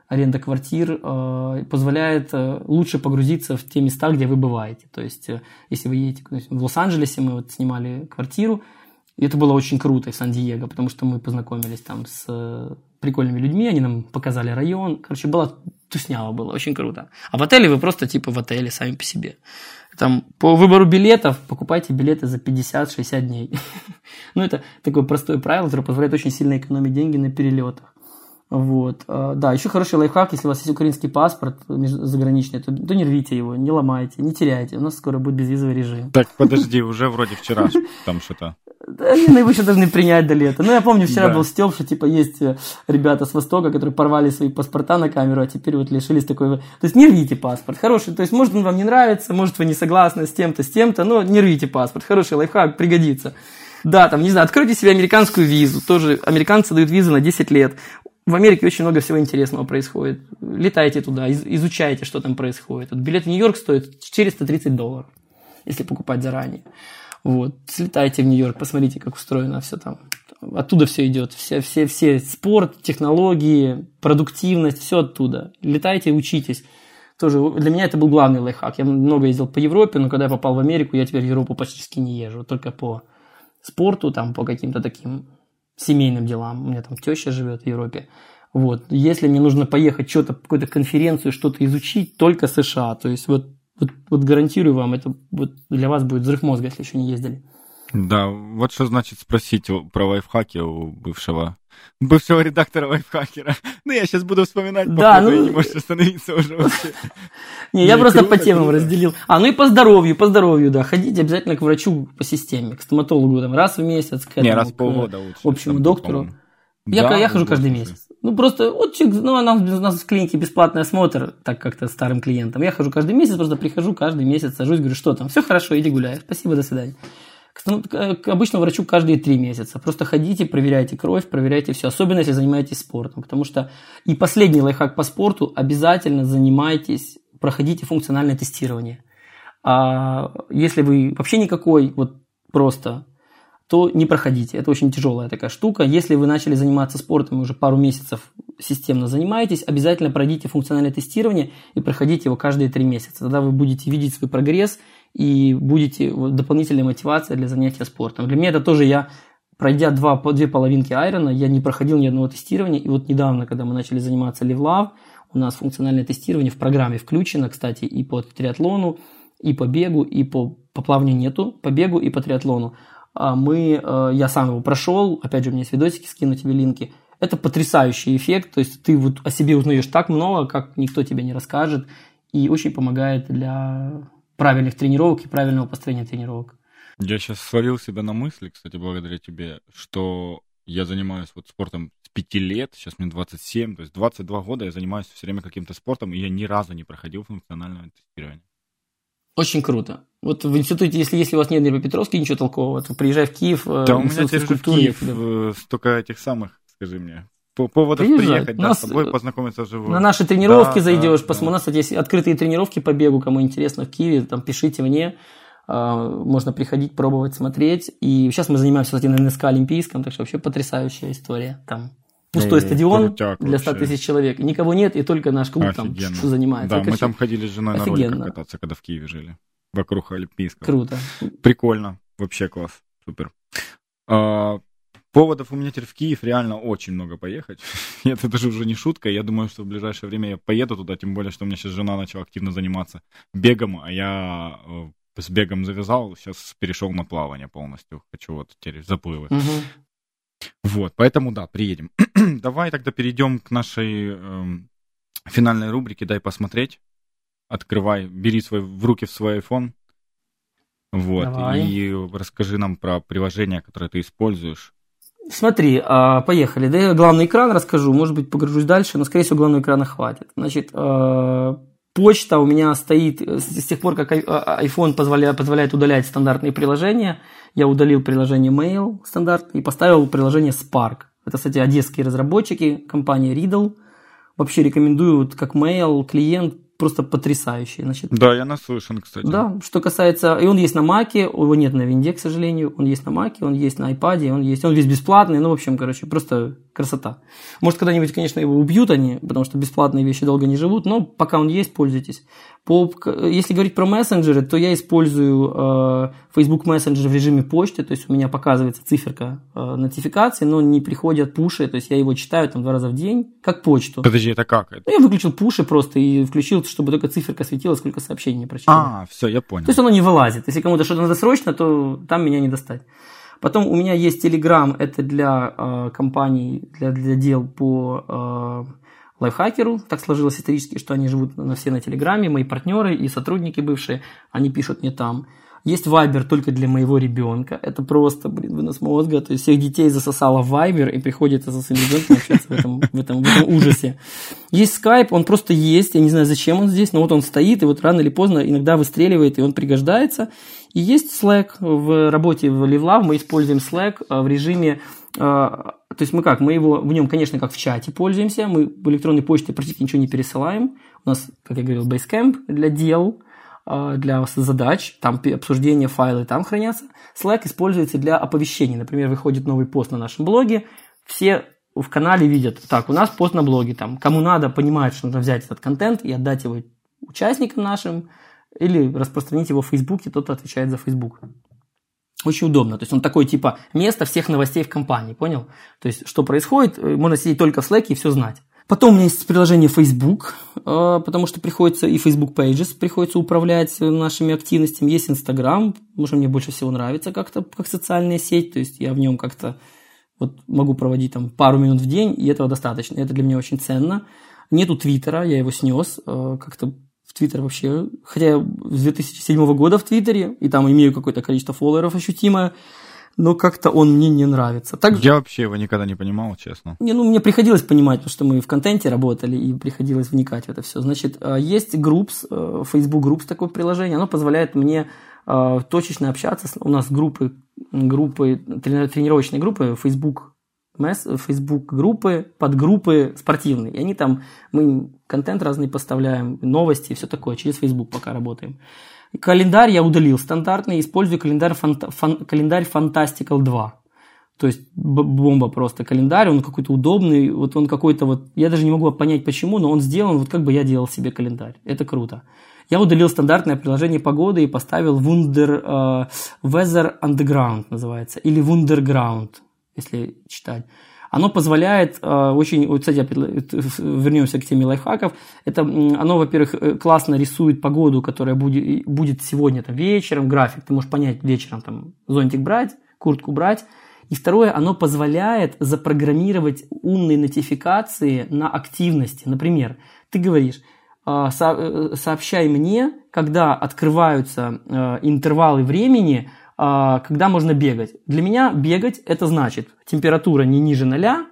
аренда квартир э, позволяет э, лучше погрузиться в те места, где вы бываете. То есть, э, если вы едете в Лос-Анджелесе, мы вот снимали квартиру, и это было очень круто, и в Сан-Диего, потому что мы познакомились там с э, прикольными людьми, они нам показали район. Короче, было тусняво, было очень круто. А в отеле вы просто типа в отеле сами по себе. Там по выбору билетов покупайте билеты за пятьдесят-шестьдесят дней. Ну, это такое простое правило, которое позволяет очень сильно экономить деньги на перелетах. Вот. Да, еще хороший лайфхак, если у вас есть украинский паспорт заграничный, то, то не рвите его, не ломайте, не теряйте. У нас скоро будет безвизовый режим. Так, подожди, уже вроде вчера там что-то. Да, они его еще должны принять до лета. Ну, я помню, вчера да. был стёб, что, типа, есть ребята с Востока, которые порвали свои паспорта на камеру, а теперь вот лишились такой... То есть, не рвите паспорт. Хороший, то есть, может, он вам не нравится, может, вы не согласны с тем-то, с тем-то, но не рвите паспорт. Хороший лайфхак, пригодится. Да, там, не знаю, откройте себе американскую визу. Тоже американцы дают визы на десять лет. В Америке очень много всего интересного происходит. Летайте туда, из- изучайте, что там происходит. Вот билет в Нью-Йорк стоит четыреста тридцать долларов, если покупать заранее. Вот. Слетайте в Нью-Йорк, посмотрите, как устроено все там. Оттуда все идет. Все, все, все спорт, технологии, продуктивность, все оттуда. Летайте, учитесь. Тоже для меня это был главный лайфхак. Я много ездил по Европе, но когда я попал в Америку, я теперь в Европу почти не езжу. Только по спорту, там, по каким-то таким семейным делам. У меня там теща живет в Европе. Вот. Если мне нужно поехать что-то, какую-то конференцию, что-то изучить, только США. То есть вот Вот, вот гарантирую вам, это вот для вас будет взрыв мозга, если еще не ездили. Да, вот что значит спросить про лайфхаки у бывшего, бывшего редактора лайфхакера. Ну, я сейчас буду вспоминать, да, походу, ну... и не можешь остановиться уже вообще. Не, я просто по темам разделил. А, ну и по здоровью, по здоровью, да. Ходите обязательно к врачу по системе, к стоматологу там раз в месяц, к не, раз в полгода лучше. Общему доктору. Я, я хожу каждый месяц. Ну, просто, вот, ну, у нас, у нас в клинике бесплатный осмотр, так как-то старым клиентам. Я хожу каждый месяц, просто прихожу каждый месяц, сажусь, говорю, что там, все хорошо, иди гуляй, спасибо, до свидания. К, к обычному врачу каждые три месяца. Просто ходите, проверяйте кровь, проверяйте все, особенно если занимаетесь спортом. Потому что и последний лайфхак по спорту, обязательно занимайтесь, проходите функциональное тестирование. А если вы вообще никакой, вот просто... то не проходите. Это очень тяжелая такая штука. Если вы начали заниматься спортом и уже пару месяцев системно занимаетесь, обязательно пройдите функциональное тестирование и проходите его каждые три месяца. Тогда вы будете видеть свой прогресс и будете вот, дополнительная мотивация для занятия спортом. Для меня это тоже я, пройдя два, две половинки айрона, я не проходил ни одного тестирования. И вот недавно, когда мы начали заниматься Live Love, у нас функциональное тестирование в программе включено, кстати, и по триатлону, и по бегу, и по, по плаванию нету, по бегу и по триатлону. Мы, я сам его прошел, опять же, у меня есть видосики, скину тебе линки. Это потрясающий эффект, то есть ты вот о себе узнаешь так много, как никто тебе не расскажет, и очень помогает для правильных тренировок и правильного построения тренировок. Я сейчас словил себя на мысли, кстати, благодаря тебе, что я занимаюсь вот спортом с пяти лет, сейчас мне двадцать семь, то есть двадцать два года я занимаюсь все время каким-то спортом, и я ни разу не проходил функционального тестирования. Очень круто. Вот в институте, если, если у вас нет в Днепропетровске ничего толкового, то приезжай в Киев. Да, у меня теперь в Киев тебе... столько этих самых, скажи мне, по поводов приехать, да, с тобой познакомиться вживую. На наши тренировки да, зайдешь, да, посмотри, да. У нас, кстати, есть открытые тренировки по бегу, кому интересно, в Киеве, там пишите мне, можно приходить, пробовать, смотреть. И сейчас мы занимаемся, кстати, на эн эс ка Олимпийском, так что вообще потрясающая история. Там пустой стадион крутяк, для ста тысяч человек, никого нет, и только наш клуб офигенно. Там занимается. Да, мы там ходили с женой офигенно. На роликах кататься, когда в Киеве жили. Вокруг Олимпийского. Круто. Прикольно. Вообще класс. Супер. А, поводов у меня теперь в Киев реально очень много поехать. Это даже уже не шутка. Я думаю, что в ближайшее время я поеду туда, тем более, что у меня сейчас жена начала активно заниматься бегом, а я с бегом завязал, сейчас перешел на плавание полностью. Хочу вот теперь заплывы. Угу. Вот, поэтому да, приедем. Давай тогда перейдем к нашей э, финальной рубрике «Дай посмотреть». Открывай, бери свой, в руки в свой iPhone, вот, Давай. И расскажи нам про приложение, которое ты используешь. Смотри, поехали. Да я главный экран расскажу, может быть, погружусь дальше, но, скорее всего, главного экрана хватит. Значит, почта у меня стоит с тех пор, как iPhone позволяет, позволяет удалять стандартные приложения. Я удалил приложение Mail стандартное и поставил приложение Spark. Это, кстати, одесские разработчики, компания Riddle. Вообще рекомендую, вот как Mail, клиент, просто потрясающий. Значит, да, я наслышан, кстати. Да, что касается... И он есть на Маке, его нет на Винде, к сожалению. Он есть на Маке, он есть на iPad, он есть... Он весь бесплатный, ну, в общем, короче, просто красота. Может, когда-нибудь, конечно, его убьют они, потому что бесплатные вещи долго не живут, но пока он есть, пользуйтесь. По... Если говорить про мессенджеры, то я использую э, Facebook Messenger в режиме почты, то есть у меня показывается циферка э, нотификации, но не приходят пуши, то есть я его читаю там два раза в день, как почту. Подожди, это как? Это? Я выключил пуши просто и включил, чтобы только циферка светила, сколько сообщений прочитал. А, все, я понял. То есть оно не вылазит. Если кому-то что-то надо срочно, то там меня не достать. Потом у меня есть Telegram, это для э, компаний, для, для дел по э, лайфхакеру. Так сложилось исторически, что они живут на, все на Телеграме, мои партнеры и сотрудники бывшие, они пишут мне там. Есть Viber только для моего ребенка. Это просто, блин, вынос мозга. То есть всех детей засосало в Viber, и приходится со своим ребенком общаться в этом, в, этом, в этом ужасе. Есть Skype, он просто есть. Я не знаю, зачем он здесь, но вот он стоит, и вот рано или поздно иногда выстреливает, и он пригождается. И есть Slack. В работе в LiveLove мы используем Slack в режиме... То есть мы как? Мы его в нем, конечно, как в чате пользуемся. Мы в электронной почте практически ничего не пересылаем. У нас, как я говорил, Basecamp для дел, для задач, там обсуждения, файлы там хранятся. Slack используется для оповещений. Например, выходит новый пост на нашем блоге, все в канале видят, так, у нас пост на блоге, там, кому надо, понимает, что нужно взять этот контент и отдать его участникам нашим, или распространить его в Фейсбуке, тот отвечает за Фейсбук. Очень удобно. То есть он такой типа место всех новостей в компании, понял? То есть что происходит, можно сидеть только в Slack и все знать. Потом у меня есть приложение Facebook, потому что приходится и Facebook Pages приходится управлять нашими активностями. Есть Instagram, потому что мне больше всего нравится как-то как социальная сеть. То есть я в нем как-то вот могу проводить там пару минут в день, и этого достаточно. Это для меня очень ценно. Нету Твиттера, я его снес. Как-то в Твиттер вообще... Хотя я с две тысячи седьмого года в Твиттере, и там имею какое-то количество фолловеров ощутимое, но как-то он мне не нравится. Также... Я вообще его никогда не понимал, честно. Не, ну, мне приходилось понимать, потому что мы в контенте работали, и приходилось вникать в это все. Значит, есть Groups, Facebook Groups такое приложение, оно позволяет мне точечно общаться. У нас группы, группы тренировочные группы, Facebook, Facebook группы, подгруппы спортивные. И они там, мы контент разный поставляем, новости и все такое, через Facebook пока работаем. Календарь я удалил стандартный, использую календарь, фанта, фан, календарь Fantastical два. То есть бомба просто календарь, он какой-то удобный, вот он какой-то вот, я даже не могу понять почему, но он сделан вот как бы я делал себе календарь. Это круто. Я удалил стандартное приложение погоды и поставил Wunder, uh, Weather Underground называется, или Wunderground, если читать. Оно позволяет э, очень... Вот, кстати, вернемся к теме лайфхаков. Это, оно, во-первых, классно рисует погоду, которая будет, будет сегодня там, вечером, график. Ты можешь понять вечером там, зонтик брать, куртку брать. И второе, оно позволяет запрограммировать умные нотификации на активности. Например, ты говоришь, э, со, сообщай мне, когда открываются э, интервалы времени, когда можно бегать. Для меня бегать это значит температура не ниже ноля,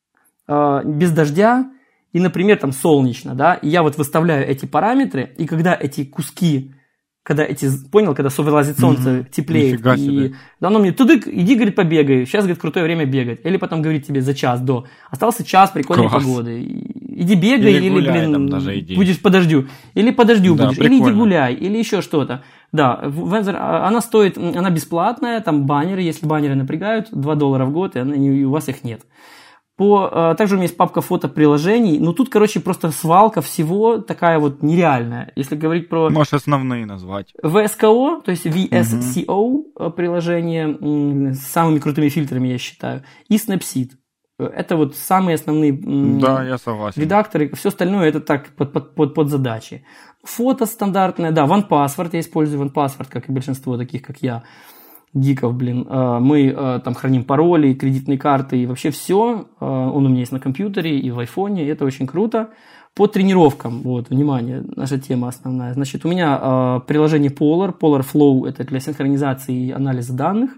без дождя и, например, там солнечно, да, и я вот выставляю эти параметры, и когда эти куски, когда эти, понял, когда вылазит солнце, mm-hmm. теплеет, и да, оно мне, тудык, иди, говорит, побегай, сейчас, говорит, крутое время бегать, или потом говорит тебе за час до, остался час прикольной Класс. Погоды, иди бегай, или, или гуляй, блин, там даже иди. Будешь по дождю, или по дождю да, будешь, прикольно. Или иди гуляй, или еще что-то. Да, Вензер, она стоит, она бесплатная, там баннеры, если баннеры напрягают, два доллара в год, и, она, и у вас их нет. По, также у меня есть папка фото-приложений, но тут, короче, просто свалка всего такая вот нереальная. Если говорить про... Можешь основные назвать. ви эс ка о, то есть ви эс си о угу. приложение с самыми крутыми фильтрами, я считаю, и Snapseed. Это вот самые основные да, я согласен. Редакторы, все остальное это так под, под, под, под задачи. Фото стандартное, да, OnePassword, я использую OnePassword, как и большинство таких, как я, гиков, блин. Мы там храним пароли, кредитные карты и вообще все. Он у меня есть на компьютере и в айфоне, и это очень круто. По тренировкам, вот, внимание, наша тема основная. Значит, у меня приложение Polar, Polar Flow, это для синхронизации и анализа данных.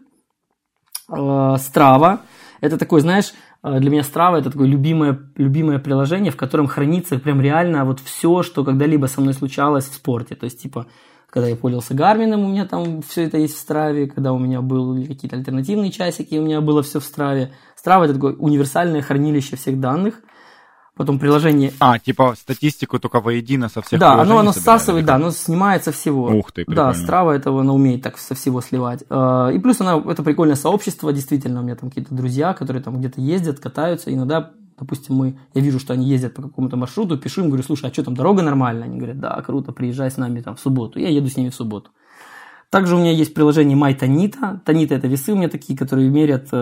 Strava, это такой, знаешь, для меня Strava это такое любимое, любимое приложение, в котором хранится прям реально вот все, что когда-либо со мной случалось в спорте. То есть, типа, когда я пользовался Garmin, у меня там все это есть в Stravе, когда у меня были какие-то альтернативные часики, у меня было все в Stravе. Strava это такое универсальное хранилище всех данных. Потом приложение... А, типа статистику только воедино со всех да, приложений оно, оно собирает, всасывает, да, оно снимает со всего. Ух ты, прикольно. Да, Strava этого она умеет так со всего сливать. И плюс она, это прикольное сообщество, действительно, у меня там какие-то друзья, которые там где-то ездят, катаются, иногда, допустим, мы, я вижу, что они ездят по какому-то маршруту, пишу им, говорю, слушай, а что там, дорога нормальная? Они говорят, да, круто, приезжай с нами там в субботу. Я еду с ними в субботу. Также у меня есть приложение MyTanita. Tanita – это весы у меня такие, которые мерят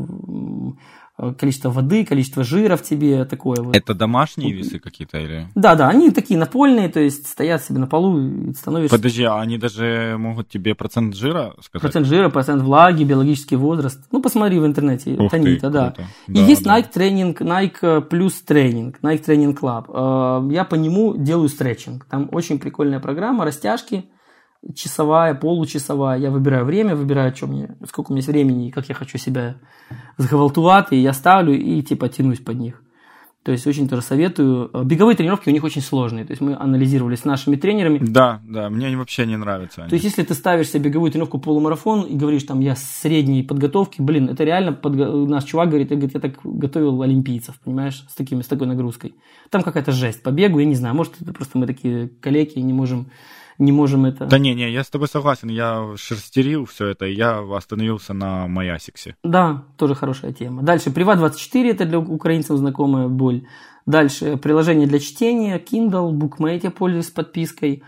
количество воды, количество жира в тебе, такое вот. Это домашние весы какие-то или? Да, да, они такие напольные, то есть стоят себе на полу и становишься... Подожди, а они даже могут тебе процент жира сказать? Процент жира, процент влаги, биологический возраст. Ну, посмотри в интернете, Ух Tanita, ты, да. Круто. И Да, есть да. Nike Training, Nike Plus Training, Nike Training Club. Я по нему делаю стретчинг. Там очень прикольная программа, растяжки. Часовая, получасовая. Я выбираю время, выбираю, что мне, сколько у меня есть времени и как я хочу себя сгвалтувати, и я ставлю и типа тянусь под них. То есть очень тоже советую. Беговые тренировки у них очень сложные. То есть мы анализировали с нашими тренерами. Да, да, мне они вообще не нравятся. Они. То есть если ты ставишь себе беговую тренировку полумарафон и говоришь, там, я средней подготовки, блин, это реально, подго... наш чувак говорит, я, говорит, я так готовил олимпийцев, понимаешь, с, такими, с такой нагрузкой. Там какая-то жесть по бегу, я не знаю, может это просто мы такие калеки и не можем... не можем это... Да не, не, я с тобой согласен, я шерстерил все это, и я остановился на Моясиксе. Да, тоже хорошая тема. Дальше, Приват двадцать четыре, это для украинцев знакомая боль. Дальше, приложение для чтения, Kindle, Bookmate я пользуюсь с подпиской.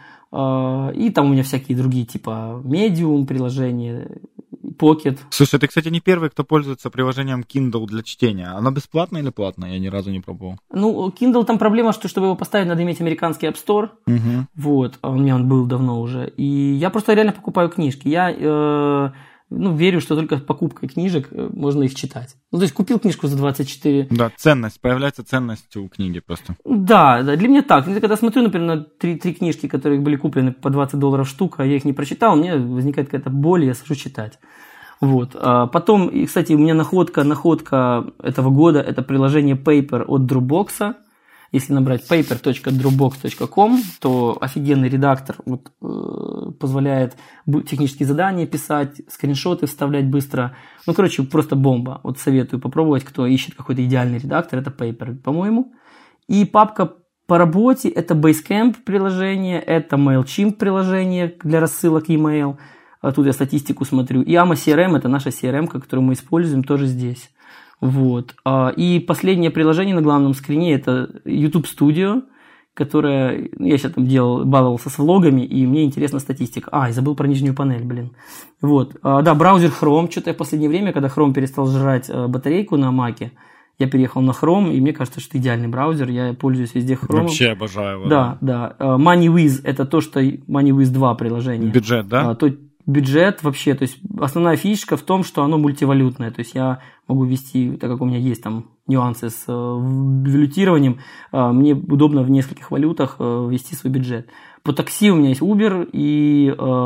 И там у меня всякие другие, типа Medium приложения, Pocket. Слушай, ты, кстати, не первый, кто пользуется приложением Kindle для чтения. Оно бесплатное или платное? Я ни разу не пробовал. Ну, Kindle, там проблема, что чтобы его поставить, надо иметь американский App Store. Угу. Вот, а у меня он был давно уже. И я просто реально покупаю книжки. Я э, ну, верю, что только покупкой книжек можно их читать. Ну, то есть купил книжку за двадцать четыре. Да, ценность, появляется ценность у книги просто. Да, да, для меня так. Я когда смотрю, например, на три, три книжки, которые были куплены по двадцать долларов штука, а я их не прочитал, у меня возникает какая-то боль, я сажусь читать. Вот. А потом, и, кстати, у меня находка, находка этого года, это приложение Paper от Dropbox. Если набрать paper точка dropbox точка com, то офигенный редактор вот, э, позволяет технические задания писать, скриншоты вставлять быстро. Ну, короче, просто бомба. Вот советую попробовать, кто ищет какой-то идеальный редактор, это Paper, по-моему. И папка по работе, это Basecamp приложение, это MailChimp приложение для рассылок e-mail. А тут я статистику смотрю. И Ама си ар эм, это наша си ар эм, которую мы используем тоже здесь. Вот. И последнее приложение на главном скрине – это YouTube Studio, которое я сейчас там делал, баловался с влогами, и мне интересна статистика. А, и забыл про нижнюю панель, блин. Вот. Да, браузер Chrome. Что-то я в последнее время, когда Chrome перестал жрать батарейку на Маке, я переехал на Chrome, и мне кажется, что это идеальный браузер. Я пользуюсь везде Chrome. Вообще обожаю его. Да, да. MoneyWiz – это то, что MoneyWiz два приложение. Бюджет, да? То бюджет вообще, то есть основная фишка в том, что оно мультивалютное, то есть я могу ввести, так как у меня есть там нюансы с э, валютированием, э, мне удобно в нескольких валютах э, ввести свой бюджет. По такси у меня есть Uber и,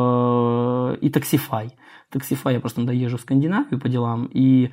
э, и Taxify. Taxify я просто доезжу в Скандинавию по делам, и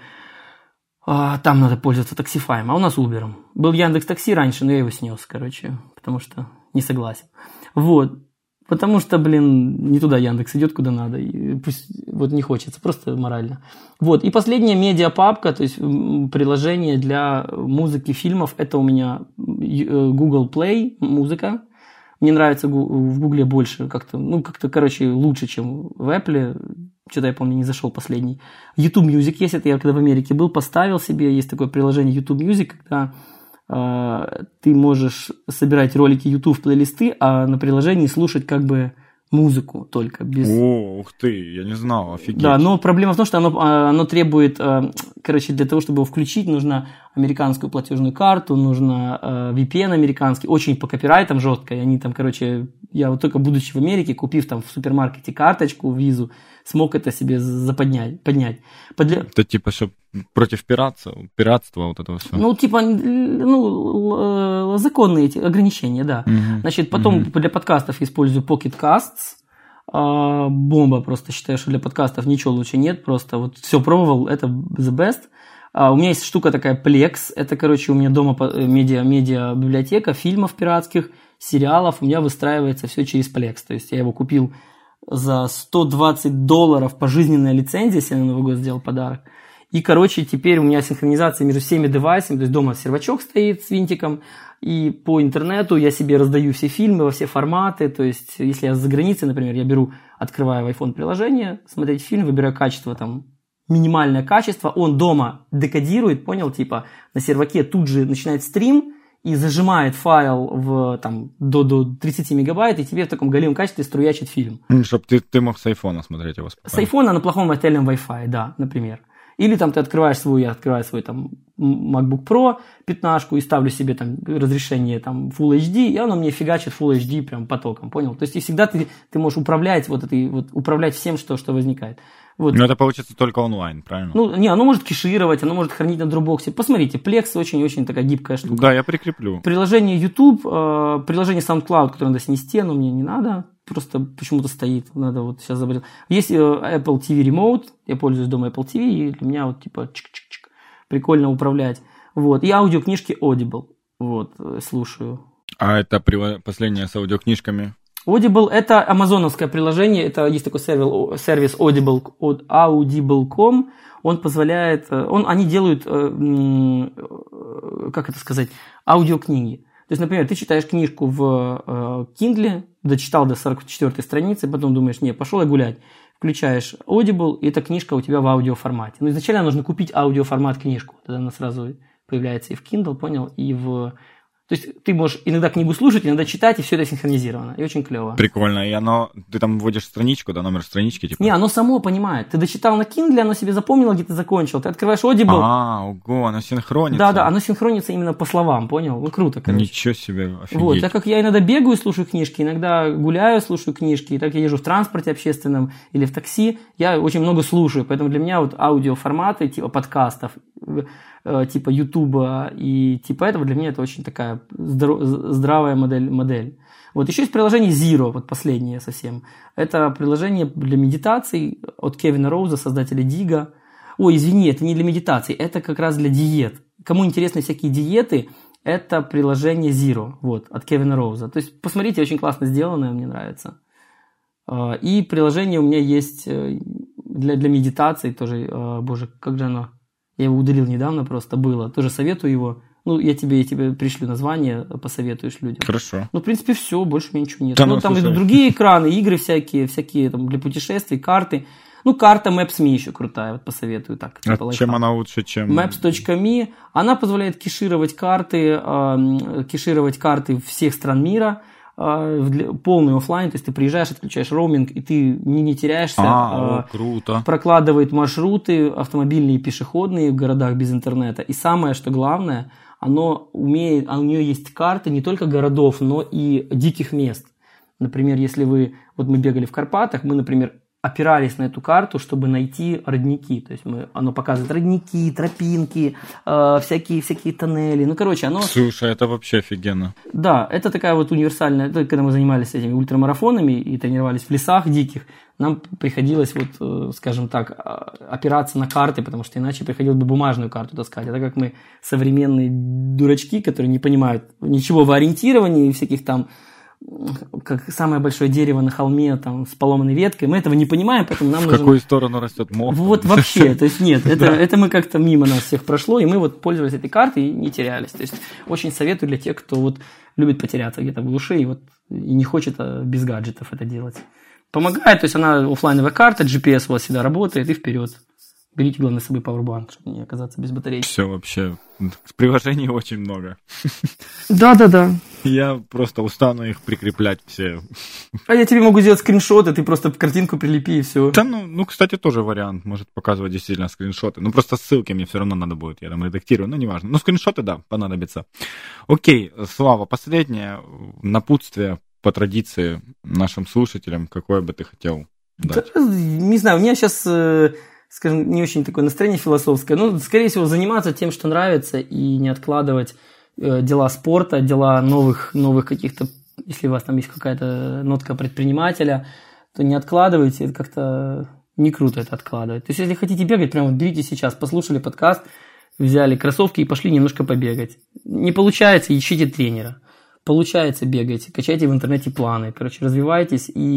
э, там надо пользоваться Taxify, а у нас Uber. Был Яндекс.Такси раньше, но я его снес, короче, потому что не согласен. Вот. Потому что, блин, не туда Яндекс идет, куда надо. И пусть вот не хочется, просто морально. Вот. И последняя медиапапка, то есть приложение для музыки, фильмов. Это у меня Google Play музыка. Мне нравится в Гугле больше как-то, ну, как-то, короче, лучше, чем в Apple. Что-то я помню, не зашел последний. YouTube Music есть, это я когда в Америке был, поставил себе, есть такое приложение YouTube Music, когда ты можешь собирать ролики YouTube в плейлисты, а на приложении слушать как бы музыку только. Без... О, ух ты, я не знал, офигеть. Да, но проблема в том, что оно, оно требует, короче, для того, чтобы его включить, нужно американскую платежную карту, нужно ви пи эн американский, очень по копирайтам жестко, и они там, короче, я вот только будучи в Америке, купив там в супермаркете карточку, визу, смог это себе заподнять, поднять. Подля... Это типа, чтобы против пиратства, пиратства вот этого всего. Ну, типа, ну, законные эти ограничения, да. Угу. Значит, потом угу. для подкастов использую Pocket Casts. А, бомба, просто считаю, что для подкастов ничего лучше нет. Просто вот все пробовал, это the best. А, у меня есть штука такая Plex. Это, короче, у меня дома медиа, медиа библиотека фильмов пиратских, сериалов. У меня выстраивается все через Plex. То есть я его купил за сто двадцать долларов пожизненная лицензия, если я на Новый год сделал подарок. И, короче, теперь у меня синхронизация между всеми девайсами, то есть дома сервачок стоит с винтиком, и по интернету я себе раздаю все фильмы во все форматы, то есть если я за границей, например, я беру, открываю в iPhone приложение, смотреть фильм, выбираю качество там, минимальное качество, он дома декодирует, понял, типа на серваке тут же начинает стрим и зажимает файл в, там, до, до тридцать мегабайт, и тебе в таком галимом качестве струячит фильм. Чтобы ты, ты мог с айфона смотреть его спокойно. С айфона на плохом отельном Wi-Fi, да, например. Или там ты открываешь свой, я открываю свой там MacBook Pro пятнашку и ставлю себе там разрешение там Full эйч ди, и оно мне фигачит Full эйч ди прям потоком, понял? То есть и всегда ты, ты можешь управлять вот этой, вот, управлять всем, что, что возникает. Вот. Но это получится только онлайн, правильно? Ну, не, оно может кешировать, оно может хранить на Dropbox. Посмотрите, Plex очень-очень такая гибкая штука. Да, я прикреплю. Приложение YouTube, э, приложение SoundCloud, которое надо снести, оно мне не надо. Просто почему-то стоит. Надо вот сейчас забыл. Есть э, Apple ти ви Remote, я пользуюсь дома Apple ти ви, и для меня вот типа чик-чик-чик, прикольно управлять. Вот. И аудиокнижки Audible, вот, слушаю. А это при... последнее с аудиокнижками? Audible – это амазоновское приложение, это есть такой сервис, сервис Audible, audible точка ком, он позволяет, он, они делают, как это сказать, аудиокниги. То есть, например, ты читаешь книжку в Kindle, дочитал до сорок четвёртой страницы, потом думаешь, не, пошел я гулять, включаешь Audible, и эта книжка у тебя в аудиоформате. Но изначально нужно купить аудиоформат книжку, тогда она сразу появляется и в Kindle, понял, и в... То есть ты можешь иногда книгу слушать, иногда читать, и все это синхронизировано. И очень клево. Прикольно. И оно, ты там вводишь страничку, да, номер странички, типа? Не, оно само понимает. Ты дочитал на Kindle, оно себе запомнило, где ты закончил. Ты открываешь Audible. А, ого, оно синхронится. Да, да, оно синхронится именно по словам, понял? Ну, круто, короче. Ничего себе, офигеть. Вот, так как я иногда бегаю, слушаю книжки, иногда гуляю, слушаю книжки, и так я езжу в транспорте общественном или в такси, я очень много слушаю, поэтому для меня вот аудиоформаты, типа подкастов, типа Ютуба и типа этого, для меня это очень такая здравая модель, модель. Вот еще есть приложение Zero, вот последнее совсем. Это приложение для медитаций от Кевина Роуза, создателя Дига. Ой, извини, это не для медитаций, это как раз для диет. Кому интересны всякие диеты, это приложение Zero, вот, от Кевина Роуза. То есть, посмотрите, очень классно сделанное, мне нравится. И приложение у меня есть для, для медитаций тоже, боже, как же оно... Я его удалил недавно, просто было. Тоже советую его. Ну, я тебе, я тебе пришлю название, посоветуешь людям. Хорошо. Ну, в принципе, все, больше у меня ничего нет. Да, ну, ну, там слушай. и другие экраны, игры всякие, всякие там для путешествий, карты. Ну, карта Maps.me еще крутая, вот посоветую так. А типа чем лайфхак. она лучше, чем... Maps точка me, она позволяет кешировать карты, э, кешировать карты всех стран мира, э, полный офлайн, то есть ты приезжаешь, отключаешь роуминг, и ты не, не теряешься. А, э, о, круто. Прокладывает маршруты автомобильные и пешеходные в городах без интернета. И самое, что главное, оно умеет, а у нее есть карты не только городов, но и диких мест. Например, если вы, вот мы бегали в Карпатах, мы, например, опирались на эту карту, чтобы найти родники. То есть мы, оно показывает родники, тропинки, э, всякие, всякие тоннели. Ну, короче, оно... Слушай, это вообще офигенно. Да, это такая вот универсальная... Это когда мы занимались этими ультрамарафонами и тренировались в лесах диких, нам приходилось, вот, э, скажем так, опираться на карты, потому что иначе приходилось бы бумажную карту таскать. А так как мы современные дурачки, которые не понимают ничего в ориентировании и всяких там как самое большое дерево на холме там, с поломанной веткой. Мы этого не понимаем, поэтому нам в нужен... В какую сторону растет мох? Вот вообще, то есть нет, это, это мы как-то мимо нас всех прошло, и мы вот пользовались этой картой и не терялись. То есть очень советую для тех, кто вот любит потеряться где-то в глуши и, вот, и не хочет без гаджетов это делать. Помогает, то есть она офлайновая карта, джи пи эс у вас всегда работает, и вперед. Берите, главное, с собой пауэрбанк, чтобы не оказаться без батарейки. Все вообще. Приложений очень много. Да-да-да. Я просто устану их прикреплять все. А я тебе могу сделать скриншоты, ты просто картинку прилепи и все. Да, ну, ну, кстати, тоже вариант. Может показывать действительно скриншоты. Ну, просто ссылки мне все равно надо будет. Я там редактирую, ну, неважно. Ну, скриншоты, да, понадобятся. Окей, Слава, последнее напутствие по традиции нашим слушателям. Какое бы ты хотел дать? Да, не знаю, у меня сейчас... скажем, не очень такое настроение философское, но, скорее всего, заниматься тем, что нравится, и не откладывать э, дела спорта, дела новых, новых каких-то, если у вас там есть какая-то нотка предпринимателя, то не откладывайте, это как-то не круто это откладывать. То есть, если хотите бегать, прямо вот берите сейчас, послушали подкаст, взяли кроссовки и пошли немножко побегать. Не получается, ищите тренера. Получается, бегайте, качайте в интернете планы, короче, развивайтесь и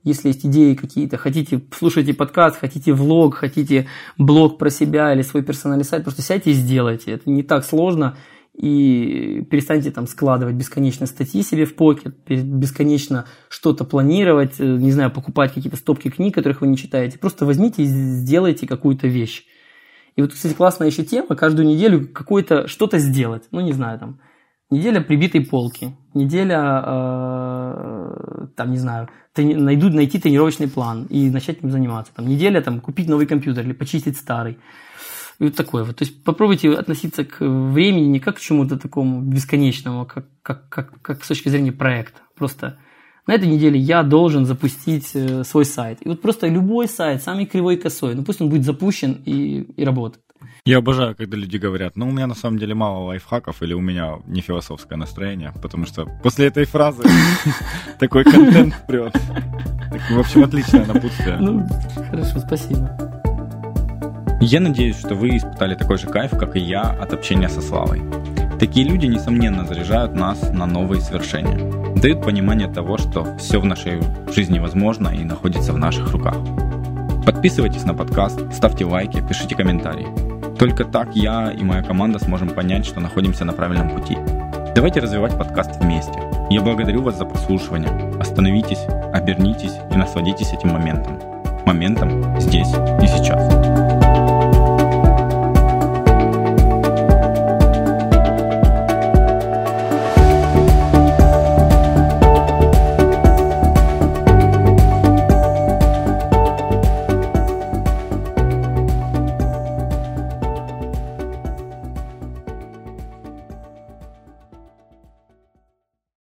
Если есть идеи какие-то, хотите, слушайте подкаст, хотите влог, хотите блог про себя или свой персональный сайт, просто сядьте и сделайте. Это не так сложно. И перестаньте там складывать бесконечно статьи себе в покет, бесконечно что-то планировать, не знаю, покупать какие-то стопки книг, которых вы не читаете. Просто возьмите и сделайте какую-то вещь. И вот, кстати, классная еще тема, каждую неделю какое-то что-то сделать. Ну, не знаю, там, неделя прибитой полки, неделя, э, там, не знаю, трени- найду, найти тренировочный план и начать им заниматься. Там, неделя, там, купить новый компьютер или почистить старый. И вот такое вот. То есть попробуйте относиться к времени не как к чему-то такому бесконечному, как, как, как, как с точки зрения проекта. Просто на этой неделе я должен запустить свой сайт. И вот просто любой сайт, самый кривой и косой, ну пусть он будет запущен и, и работает. Я обожаю, когда люди говорят, ну у меня на самом деле мало лайфхаков или у меня не философское настроение, потому что после этой фразы такой контент прет. В общем, отличное напутствие. Ну, хорошо, спасибо. Я надеюсь, что вы испытали такой же кайф, как и я, от общения со Славой. Такие люди, несомненно, заряжают нас на новые свершения. Дают понимание того, что все в нашей жизни возможно и находится в наших руках. Подписывайтесь на подкаст, ставьте лайки, пишите комментарии. Только так я и моя команда сможем понять, что находимся на правильном пути. Давайте развивать подкаст вместе. Я благодарю вас за прослушивание. Остановитесь, обернитесь и насладитесь этим моментом. Моментом здесь и сейчас.